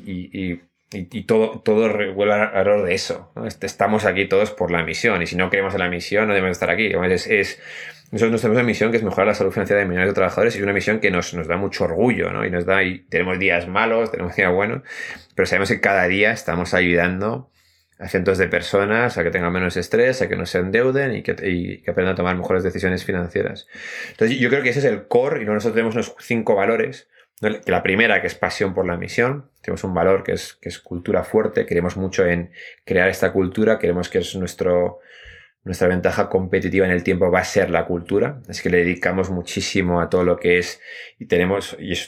Y todo vuelve alrededor de eso, ¿no? Estamos aquí todos por la misión, y si no creemos en la misión no debemos estar aquí. Nosotros tenemos una misión que es mejorar la salud financiera de millones de trabajadores, y es una misión que nos da mucho orgullo, ¿no? Y tenemos días malos, tenemos días buenos, pero sabemos que cada día estamos ayudando a cientos de personas a que tengan menos estrés, a que no se endeuden y que aprendan a tomar mejores decisiones financieras. Entonces yo creo que ese es el core, y nosotros tenemos unos 5 valores. La primera, que es pasión por la misión. Tenemos un valor que es cultura fuerte. Queremos mucho en crear esta cultura. Queremos que es nuestra ventaja competitiva en el tiempo va a ser la cultura. Es que le dedicamos muchísimo a todo lo que es, y es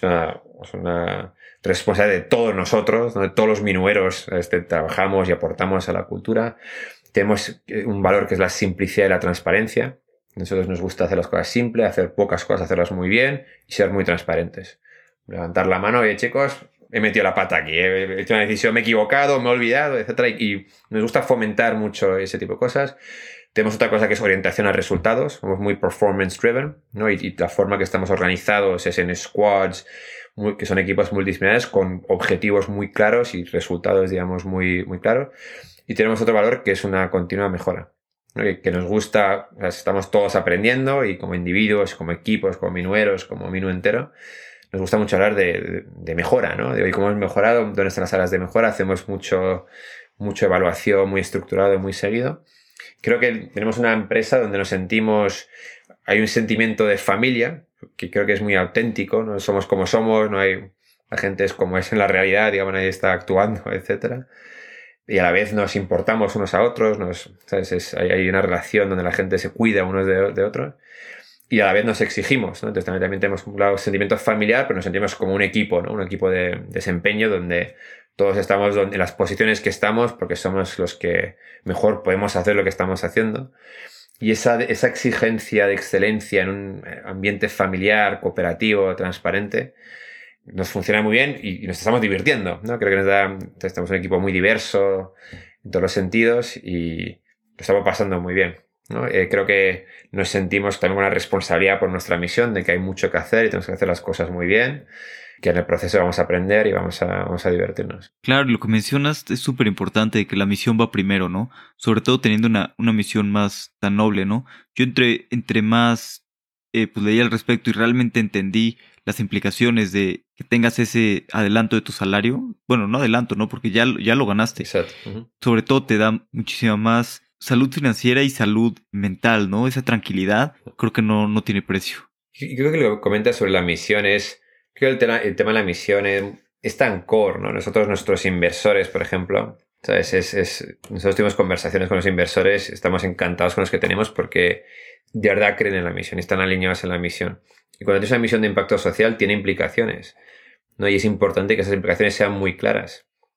una responsabilidad de todos nosotros, ¿no? De todos los minueros, trabajamos y aportamos a la cultura. Tenemos un valor que es la simplicidad y la transparencia. A nosotros nos gusta hacer las cosas simples, hacer pocas cosas, hacerlas muy bien y ser muy transparentes. Levantar la mano, oye chicos, he metido la pata aquí, he hecho una decisión, me he equivocado, me he olvidado, etcétera. Y nos gusta fomentar mucho ese tipo de cosas. Tenemos otra cosa que es orientación a resultados. Somos muy performance driven, ¿no? Y la forma que estamos organizados es en squads, que son equipos multidisciplinarios con objetivos muy claros y resultados, digamos, muy, muy claros. Y tenemos otro valor que es una continua mejora, ¿no? Que nos gusta, o sea, estamos todos aprendiendo, y como individuos, como equipos, como minueros, como Minu entero, nos gusta mucho hablar de mejora, ¿no? De hoy cómo hemos mejorado, dónde están las áreas de mejora. Hacemos mucha evaluación muy estructurado y muy seguido. Creo que tenemos una empresa donde nos sentimos, hay un sentimiento de familia, que creo que es muy auténtico, no somos como somos, la gente es como es en la realidad, digamos, nadie está actuando, etcétera. Y a la vez nos importamos unos a otros, ¿sabes? Hay una relación donde la gente se cuida unos de otros. Y a la vez nos exigimos, ¿no? Entonces también tenemos un lado sentimiento familiar, pero nos sentimos como un equipo, ¿no? Un equipo de desempeño donde todos estamos en las posiciones que estamos porque somos los que mejor podemos hacer lo que estamos haciendo. Y esa exigencia de excelencia en un ambiente familiar, cooperativo, transparente, nos funciona muy bien y nos estamos divirtiendo, ¿no? Creo que estamos un equipo muy diverso en todos los sentidos y lo estamos pasando muy bien, ¿no? Creo que nos sentimos también con una responsabilidad por nuestra misión de que hay mucho que hacer y tenemos que hacer las cosas muy bien, que en el proceso vamos a aprender y vamos a divertirnos. Claro, lo que mencionas es súper importante, de que la misión va primero, ¿no? Sobre todo teniendo una misión más tan noble, ¿no? Yo entre más pues leí al respecto y realmente entendí las implicaciones de que tengas ese adelanto de tu salario. Bueno, no adelanto, ¿no? Porque ya lo ganaste. Exacto. Uh-huh. Sobre todo te da muchísima más salud financiera y salud mental, ¿no? Esa tranquilidad creo que no tiene precio. Y creo que lo que comentas sobre la misión creo que el tema de la misión es tan core, ¿no? Nuestros inversores, por ejemplo, ¿sabes? Nosotros tenemos conversaciones con los inversores, estamos encantados con los que tenemos porque de verdad creen en la misión y están alineados en la misión. Y cuando tienes una misión de impacto social, tiene implicaciones, ¿no? Y es importante que esas implicaciones sean muy claras.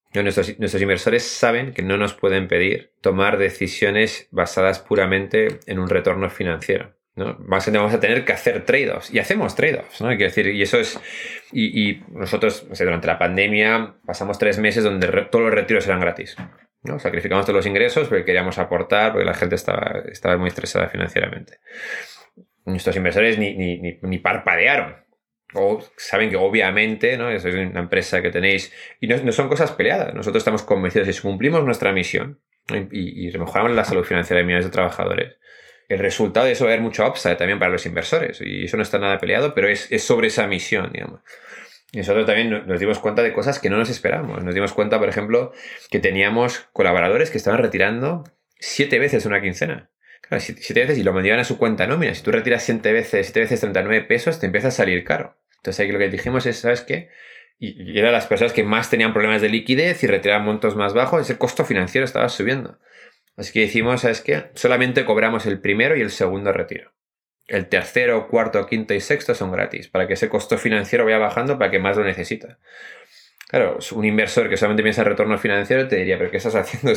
No, nuestros inversores saben que no nos pueden pedir tomar decisiones basadas puramente en un retorno financiero, ¿no? Vamos a tener que hacer trade-offs, y hacemos trade-offs, ¿no? Quiero decir, y eso es... Y nosotros, o sea, durante la pandemia, pasamos 3 meses donde todos los retiros eran gratis, ¿no? Sacrificamos todos los ingresos porque queríamos aportar, porque la gente estaba muy estresada financieramente. Nuestros inversores ni parpadearon. O saben que obviamente, ¿no? Sois una empresa que tenéis... Y no son cosas peleadas. Nosotros estamos convencidos de que si cumplimos nuestra misión, ¿no? y mejoramos la salud financiera de millones de trabajadores, el resultado de eso va a haber mucho upside también para los inversores. Y eso no está nada peleado, pero es sobre esa misión, digamos. Y nosotros también nos dimos cuenta de cosas que no nos esperábamos. Nos dimos cuenta, por ejemplo, que teníamos colaboradores que estaban retirando 7 veces una quincena. Claro, 7 veces, y lo mandaban a su cuenta nómina. Si tú retiras 7 veces 39 pesos, te empieza a salir caro. Entonces aquí lo que dijimos es, ¿sabes qué? Y eran las personas que más tenían problemas de liquidez y retiraban montos más bajos, ese costo financiero estaba subiendo. Así que decimos, ¿sabes qué? Solamente cobramos el primero y el segundo retiro. El tercero, cuarto, quinto y sexto son gratis, para que ese costo financiero vaya bajando para que más lo necesita. Claro, un inversor que solamente piensa en retorno financiero te diría, ¿pero qué estás haciendo?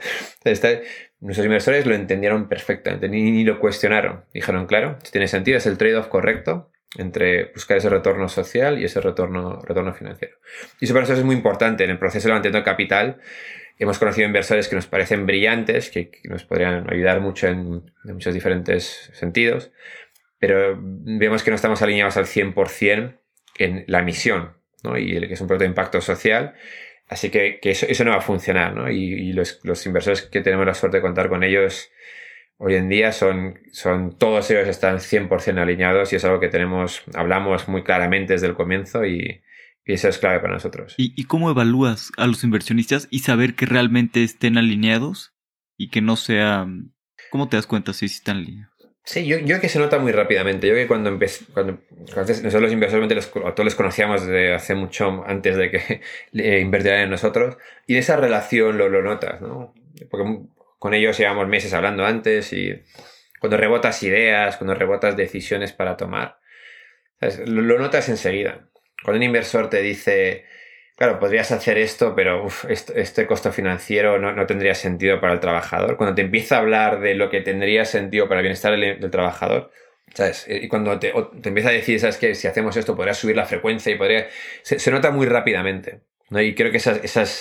Nuestros inversores lo entendieron perfectamente, ni lo cuestionaron. Dijeron, claro, si tiene sentido, es el trade-off correcto entre buscar ese retorno social y ese retorno financiero. Y eso para nosotros es muy importante. En el proceso de levantamiento de capital hemos conocido inversores que nos parecen brillantes, que nos podrían ayudar mucho en muchos diferentes sentidos, pero vemos que no estamos alineados al 100% en la misión, ¿no? Y el que es un producto de impacto social. Así que eso no va a funcionar, ¿no? Y los inversores que tenemos la suerte de contar con ellos hoy en día todos ellos están 100% alineados, y es algo que hablamos muy claramente desde el comienzo, y eso es clave para nosotros. ¿Y cómo evalúas a los inversionistas y saber que realmente estén alineados y que no sea... ¿Cómo te das cuenta si están alineados? Sí, yo creo que se nota muy rápidamente. Yo creo que cuando nosotros los inversores a todos les conocíamos desde hace mucho antes de que invirtieran en nosotros, y de esa relación lo notas, ¿no? Porque con ellos llevamos meses hablando antes, y cuando rebotas ideas, cuando rebotas decisiones para tomar, ¿sabes? Lo notas enseguida. Cuando un inversor te dice, claro, podrías hacer esto, pero este costo financiero no tendría sentido para el trabajador. Cuando te empieza a hablar de lo que tendría sentido para el bienestar del trabajador, ¿sabes? Y cuando te empieza a decir, ¿sabes qué? Si hacemos esto, podría subir la frecuencia y se nota muy rápidamente, ¿no? Y creo que esa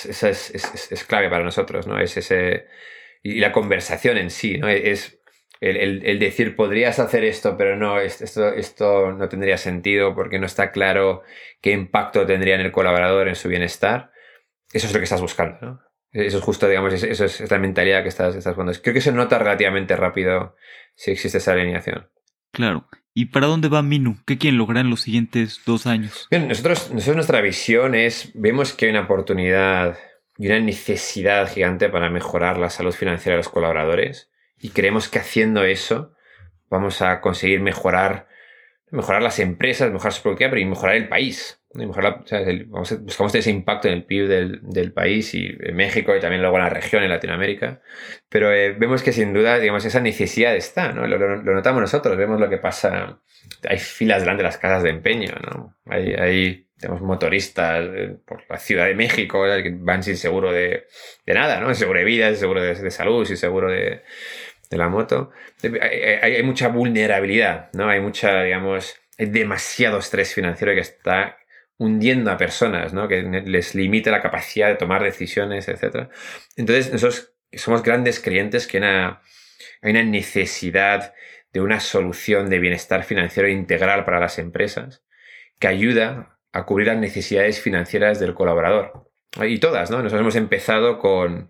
es clave para nosotros, ¿no? Es ese... Y la conversación en sí, ¿no? Es el decir, podrías hacer esto, pero no, esto no tendría sentido porque no está claro qué impacto tendría en el colaborador, en su bienestar. Eso es lo que estás buscando, ¿no? Eso es justo, digamos, eso es la mentalidad que estás buscando. Creo que se nota relativamente rápido si existe esa alineación. Claro. ¿Y para dónde va Minu? ¿Qué quieren lograr en los siguientes 2 años? Bien, nosotros nuestra visión vemos que hay una oportunidad y una necesidad gigante para mejorar la salud financiera de los colaboradores, y creemos que haciendo eso vamos a conseguir mejorar las empresas, mejorar su productividad, pero y mejorar el país. Buscamos tener ese impacto en el PIB del país, y en México, y también luego en la región, en Latinoamérica. Pero vemos que sin duda, digamos, esa necesidad está, ¿no? Lo notamos nosotros, vemos lo que pasa. Hay filas delante de las casas de empeño, ¿no? Tenemos motoristas por la Ciudad de México que van sin seguro de nada, ¿no? Seguro de vida, seguro de salud, sin seguro de la moto. Hay mucha vulnerabilidad, ¿no? Hay demasiado estrés financiero que está hundiendo a personas, ¿no? Que les limita la capacidad de tomar decisiones, etc. Entonces, nosotros somos grandes creyentes que hay una necesidad de una solución de bienestar financiero integral para las empresas que ayuda a cubrir las necesidades financieras del colaborador. Y todas, ¿no? Nosotros hemos empezado con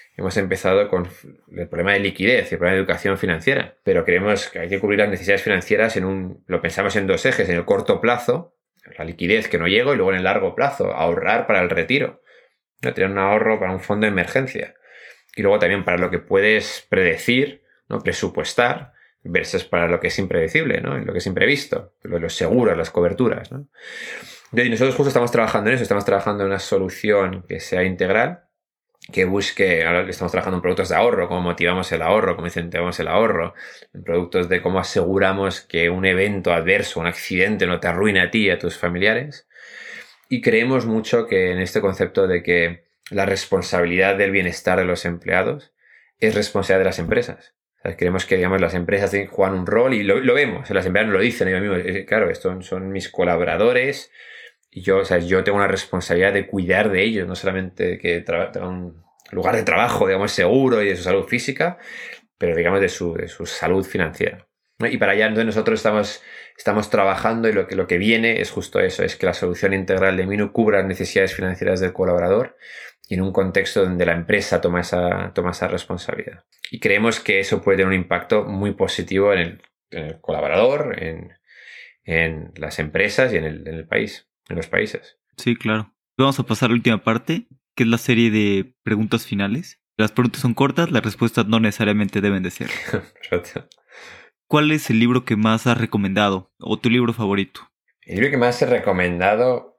el problema de liquidez y el problema de educación financiera, pero creemos que hay que cubrir las necesidades financieras lo pensamos en 2 ejes: en el corto plazo, la liquidez que no llega, y luego en el largo plazo, ahorrar para el retiro, ¿no? Tener un ahorro para un fondo de emergencia, y luego también para lo que puedes predecir, ¿no? Presupuestar, versus para lo que es impredecible, ¿no? Lo que es imprevisto, los seguros, las coberturas, ¿no? Y nosotros justo estamos trabajando en eso, estamos trabajando en una solución que sea integral, que busque, ahora estamos trabajando en productos de ahorro, cómo motivamos el ahorro, cómo incentivamos el ahorro, en productos de cómo aseguramos que un evento adverso, un accidente, no te arruine a ti y a tus familiares. Y creemos mucho que en este concepto de que la responsabilidad del bienestar de los empleados es responsabilidad de las empresas. O sea, creemos que, digamos, las empresas juegan un rol y lo vemos. Las empresas nos lo dicen. Digo, amigo, claro, estos son mis colaboradores y yo tengo una responsabilidad de cuidar de ellos, no solamente que tengan un lugar de trabajo, digamos, seguro y de su salud física, pero, digamos, de su salud financiera, ¿no? Y para allá entonces nosotros estamos trabajando y lo que viene es justo eso, es que la solución integral de Minu cubra las necesidades financieras del colaborador y en un contexto donde la empresa toma esa responsabilidad. Y creemos que eso puede tener un impacto muy positivo en el colaborador, en las empresas y en el país, en los países. Sí, claro. Vamos a pasar a la última parte, que es la serie de preguntas finales. Las preguntas son cortas, las respuestas no necesariamente deben de ser. Perfecto. ¿Cuál es el libro que más has recomendado o tu libro favorito? El libro que más he recomendado,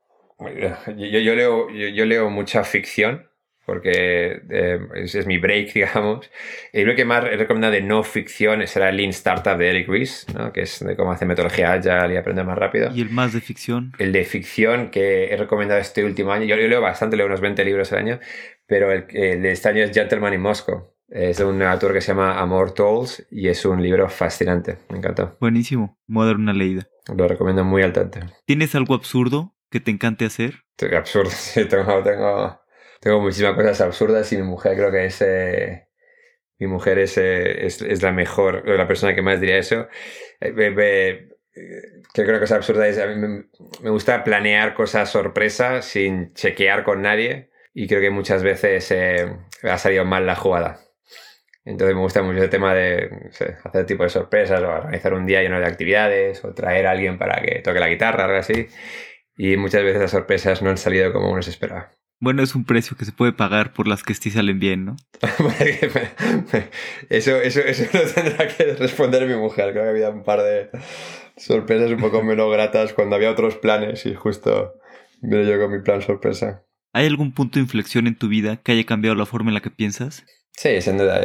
yo leo mucha ficción porque es mi break, digamos. El libro que más he recomendado de no ficción será Lean Startup de Eric Ries, ¿no? Que es de cómo hacer metodología agile y aprender más rápido. ¿Y el más de ficción? El de ficción que he recomendado este último año, yo leo bastante, leo unos 20 libros al año, pero el de este año es Gentleman in Moscow. Es de un autor que se llama Amor Towles y es un libro fascinante. Me encantó. Buenísimo. Voy a dar una leída. Lo recomiendo muy altamente. ¿Tienes algo absurdo que te encante hacer? Absurdo, sí. Tengo muchísimas cosas absurdas y mi mujer creo que es... mi mujer es la mejor, la persona que más diría eso. Creo que una cosa absurda es... A mí me gusta planear cosas sorpresa sin chequear con nadie y creo que muchas veces ha salido mal la jugada. Entonces me gusta mucho el tema de, no sé, hacer tipo de sorpresas o organizar un día lleno de actividades o traer a alguien para que toque la guitarra, algo así. Y muchas veces las sorpresas no han salido como uno se esperaba. Bueno, es un precio que se puede pagar por las que sí salen bien, ¿no? Eso lo tendrá que responder mi mujer. Creo que había un par de sorpresas un poco menos gratas cuando había otros planes y justo vine yo con mi plan sorpresa. ¿Hay algún punto de inflexión en tu vida que haya cambiado la forma en la que piensas? Sí, sin duda.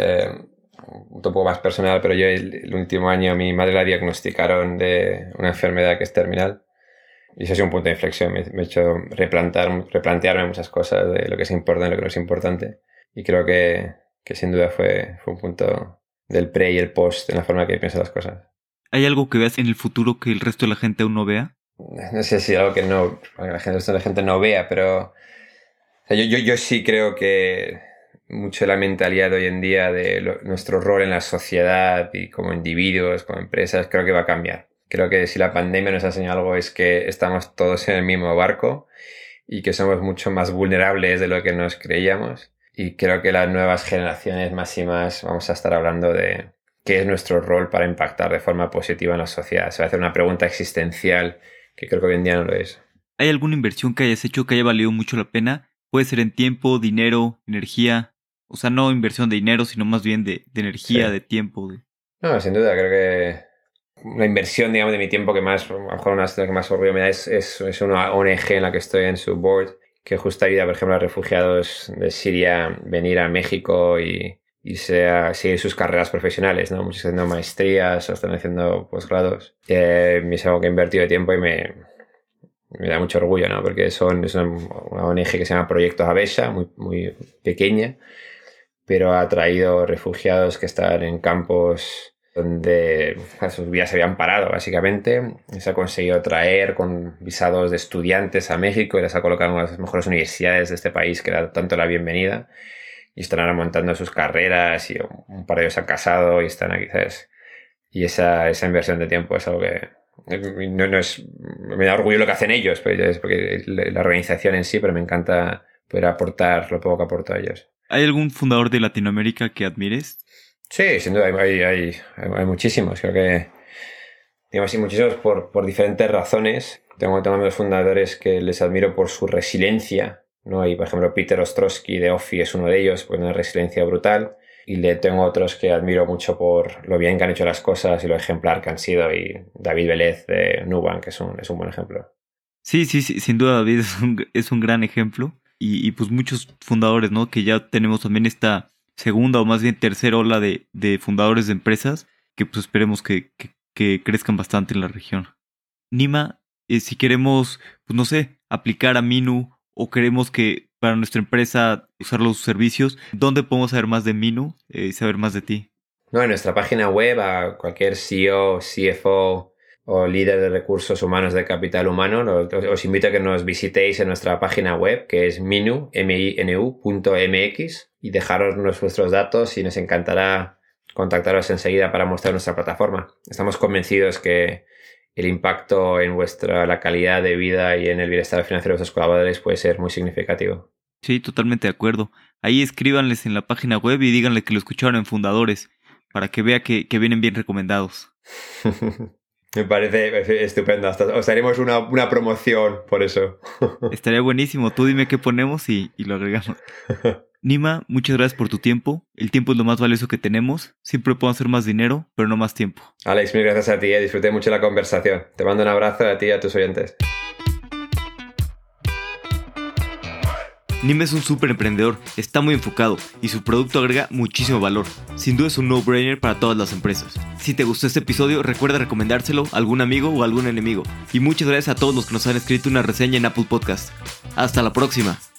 Un poco más personal, pero yo el último año a mi madre la diagnosticaron de una enfermedad que es terminal. Y eso ha sido un punto de inflexión. Me ha hecho replantearme muchas cosas de lo que es importante y lo que no es importante. Y creo que sin duda fue un punto del pre y el post en la forma en que pienso las cosas. ¿Hay algo que veas en el futuro que el resto de la gente aún no vea? No sé si algo que el resto de la gente no vea, pero o sea, yo sí creo que mucho la mentalidad de hoy en día de nuestro rol en la sociedad y como individuos, como empresas, creo que va a cambiar. Creo que si la pandemia nos ha enseñado algo es que estamos todos en el mismo barco y que somos mucho más vulnerables de lo que nos creíamos. Y creo que las nuevas generaciones más y más vamos a estar hablando de qué es nuestro rol para impactar de forma positiva en la sociedad. Se va a hacer una pregunta existencial que creo que hoy en día no lo es. ¿Hay alguna inversión que hayas hecho que haya valido mucho la pena? Puede ser en tiempo, dinero, energía. O sea, no inversión de dinero, sino más bien de energía, Sí. de tiempo. No, sin duda, creo que la inversión, digamos, de mi tiempo que más, a lo mejor una de las que más orgullo me da es una ONG en la que estoy en su board, que justo ayuda, por ejemplo, a refugiados de Siria venir a México y seguir sus carreras profesionales, ¿no? Muchos haciendo maestrías o están haciendo posgrados. Es algo que he invertido de tiempo y me da mucho orgullo, ¿no? Porque es una ONG que se llama Proyecto Habesha, muy, muy pequeña, pero ha traído refugiados que están en campos donde sus vidas se habían parado, básicamente. Se ha conseguido traer con visados de estudiantes a México y les ha colocado en las mejores universidades de este país, que da tanto la bienvenida. Y están ahora montando sus carreras y un par de ellos se han casado y están aquí, ¿sabes? Y esa inversión de tiempo es algo que no es... Me da orgullo lo que hacen ellos, porque la organización en sí, pero me encanta poder aportar lo poco que aporto a ellos. ¿Hay algún fundador de Latinoamérica que admires? Sí, sin duda, hay muchísimos. Creo que, digamos, muchísimos por diferentes razones. Tengo amigos fundadores que les admiro por su resiliencia, ¿no? Y, por ejemplo, Peter Ostrowski de Ofi es uno de ellos, por una resiliencia brutal. Y le tengo otros que admiro mucho por lo bien que han hecho las cosas y lo ejemplar que han sido. Y David Vélez de Nubank es un buen ejemplo. Sí, sin duda David es un gran ejemplo. Y pues muchos fundadores, ¿no? Que ya tenemos también esta segunda o más bien tercera ola de fundadores de empresas que pues esperemos que crezcan bastante en la región. Nima, si queremos, pues no sé, aplicar a Minu o queremos que para nuestra empresa usar los servicios. ¿Dónde podemos saber más de Minu y saber más de ti? No, en nuestra página web, a cualquier CEO, CFO o líder de recursos humanos de capital humano, os invito a que nos visitéis en nuestra página web, que es minu.mx, y dejaros vuestros datos y nos encantará contactaros enseguida para mostrar nuestra plataforma. Estamos convencidos que el impacto en la calidad de vida y en el bienestar financiero de vuestros colaboradores puede ser muy significativo. Sí, totalmente de acuerdo. Ahí escríbanles en la página web y díganle que lo escucharon en Fundadores, para que vea que vienen bien recomendados. Me parece estupendo. Hasta os haremos una promoción por eso. Estaría buenísimo. Tú dime qué ponemos y lo agregamos. Nima, muchas gracias por tu tiempo. El tiempo es lo más valioso que tenemos. Siempre podemos hacer más dinero, pero no más tiempo. Alex, mil gracias a ti. Disfruté mucho la conversación. Te mando un abrazo a ti y a tus oyentes. Nima es un súper emprendedor, está muy enfocado y su producto agrega muchísimo valor. Sin duda es un no-brainer para todas las empresas. Si te gustó este episodio, recuerda recomendárselo a algún amigo o algún enemigo. Y muchas gracias a todos los que nos han escrito una reseña en Apple Podcast. Hasta la próxima.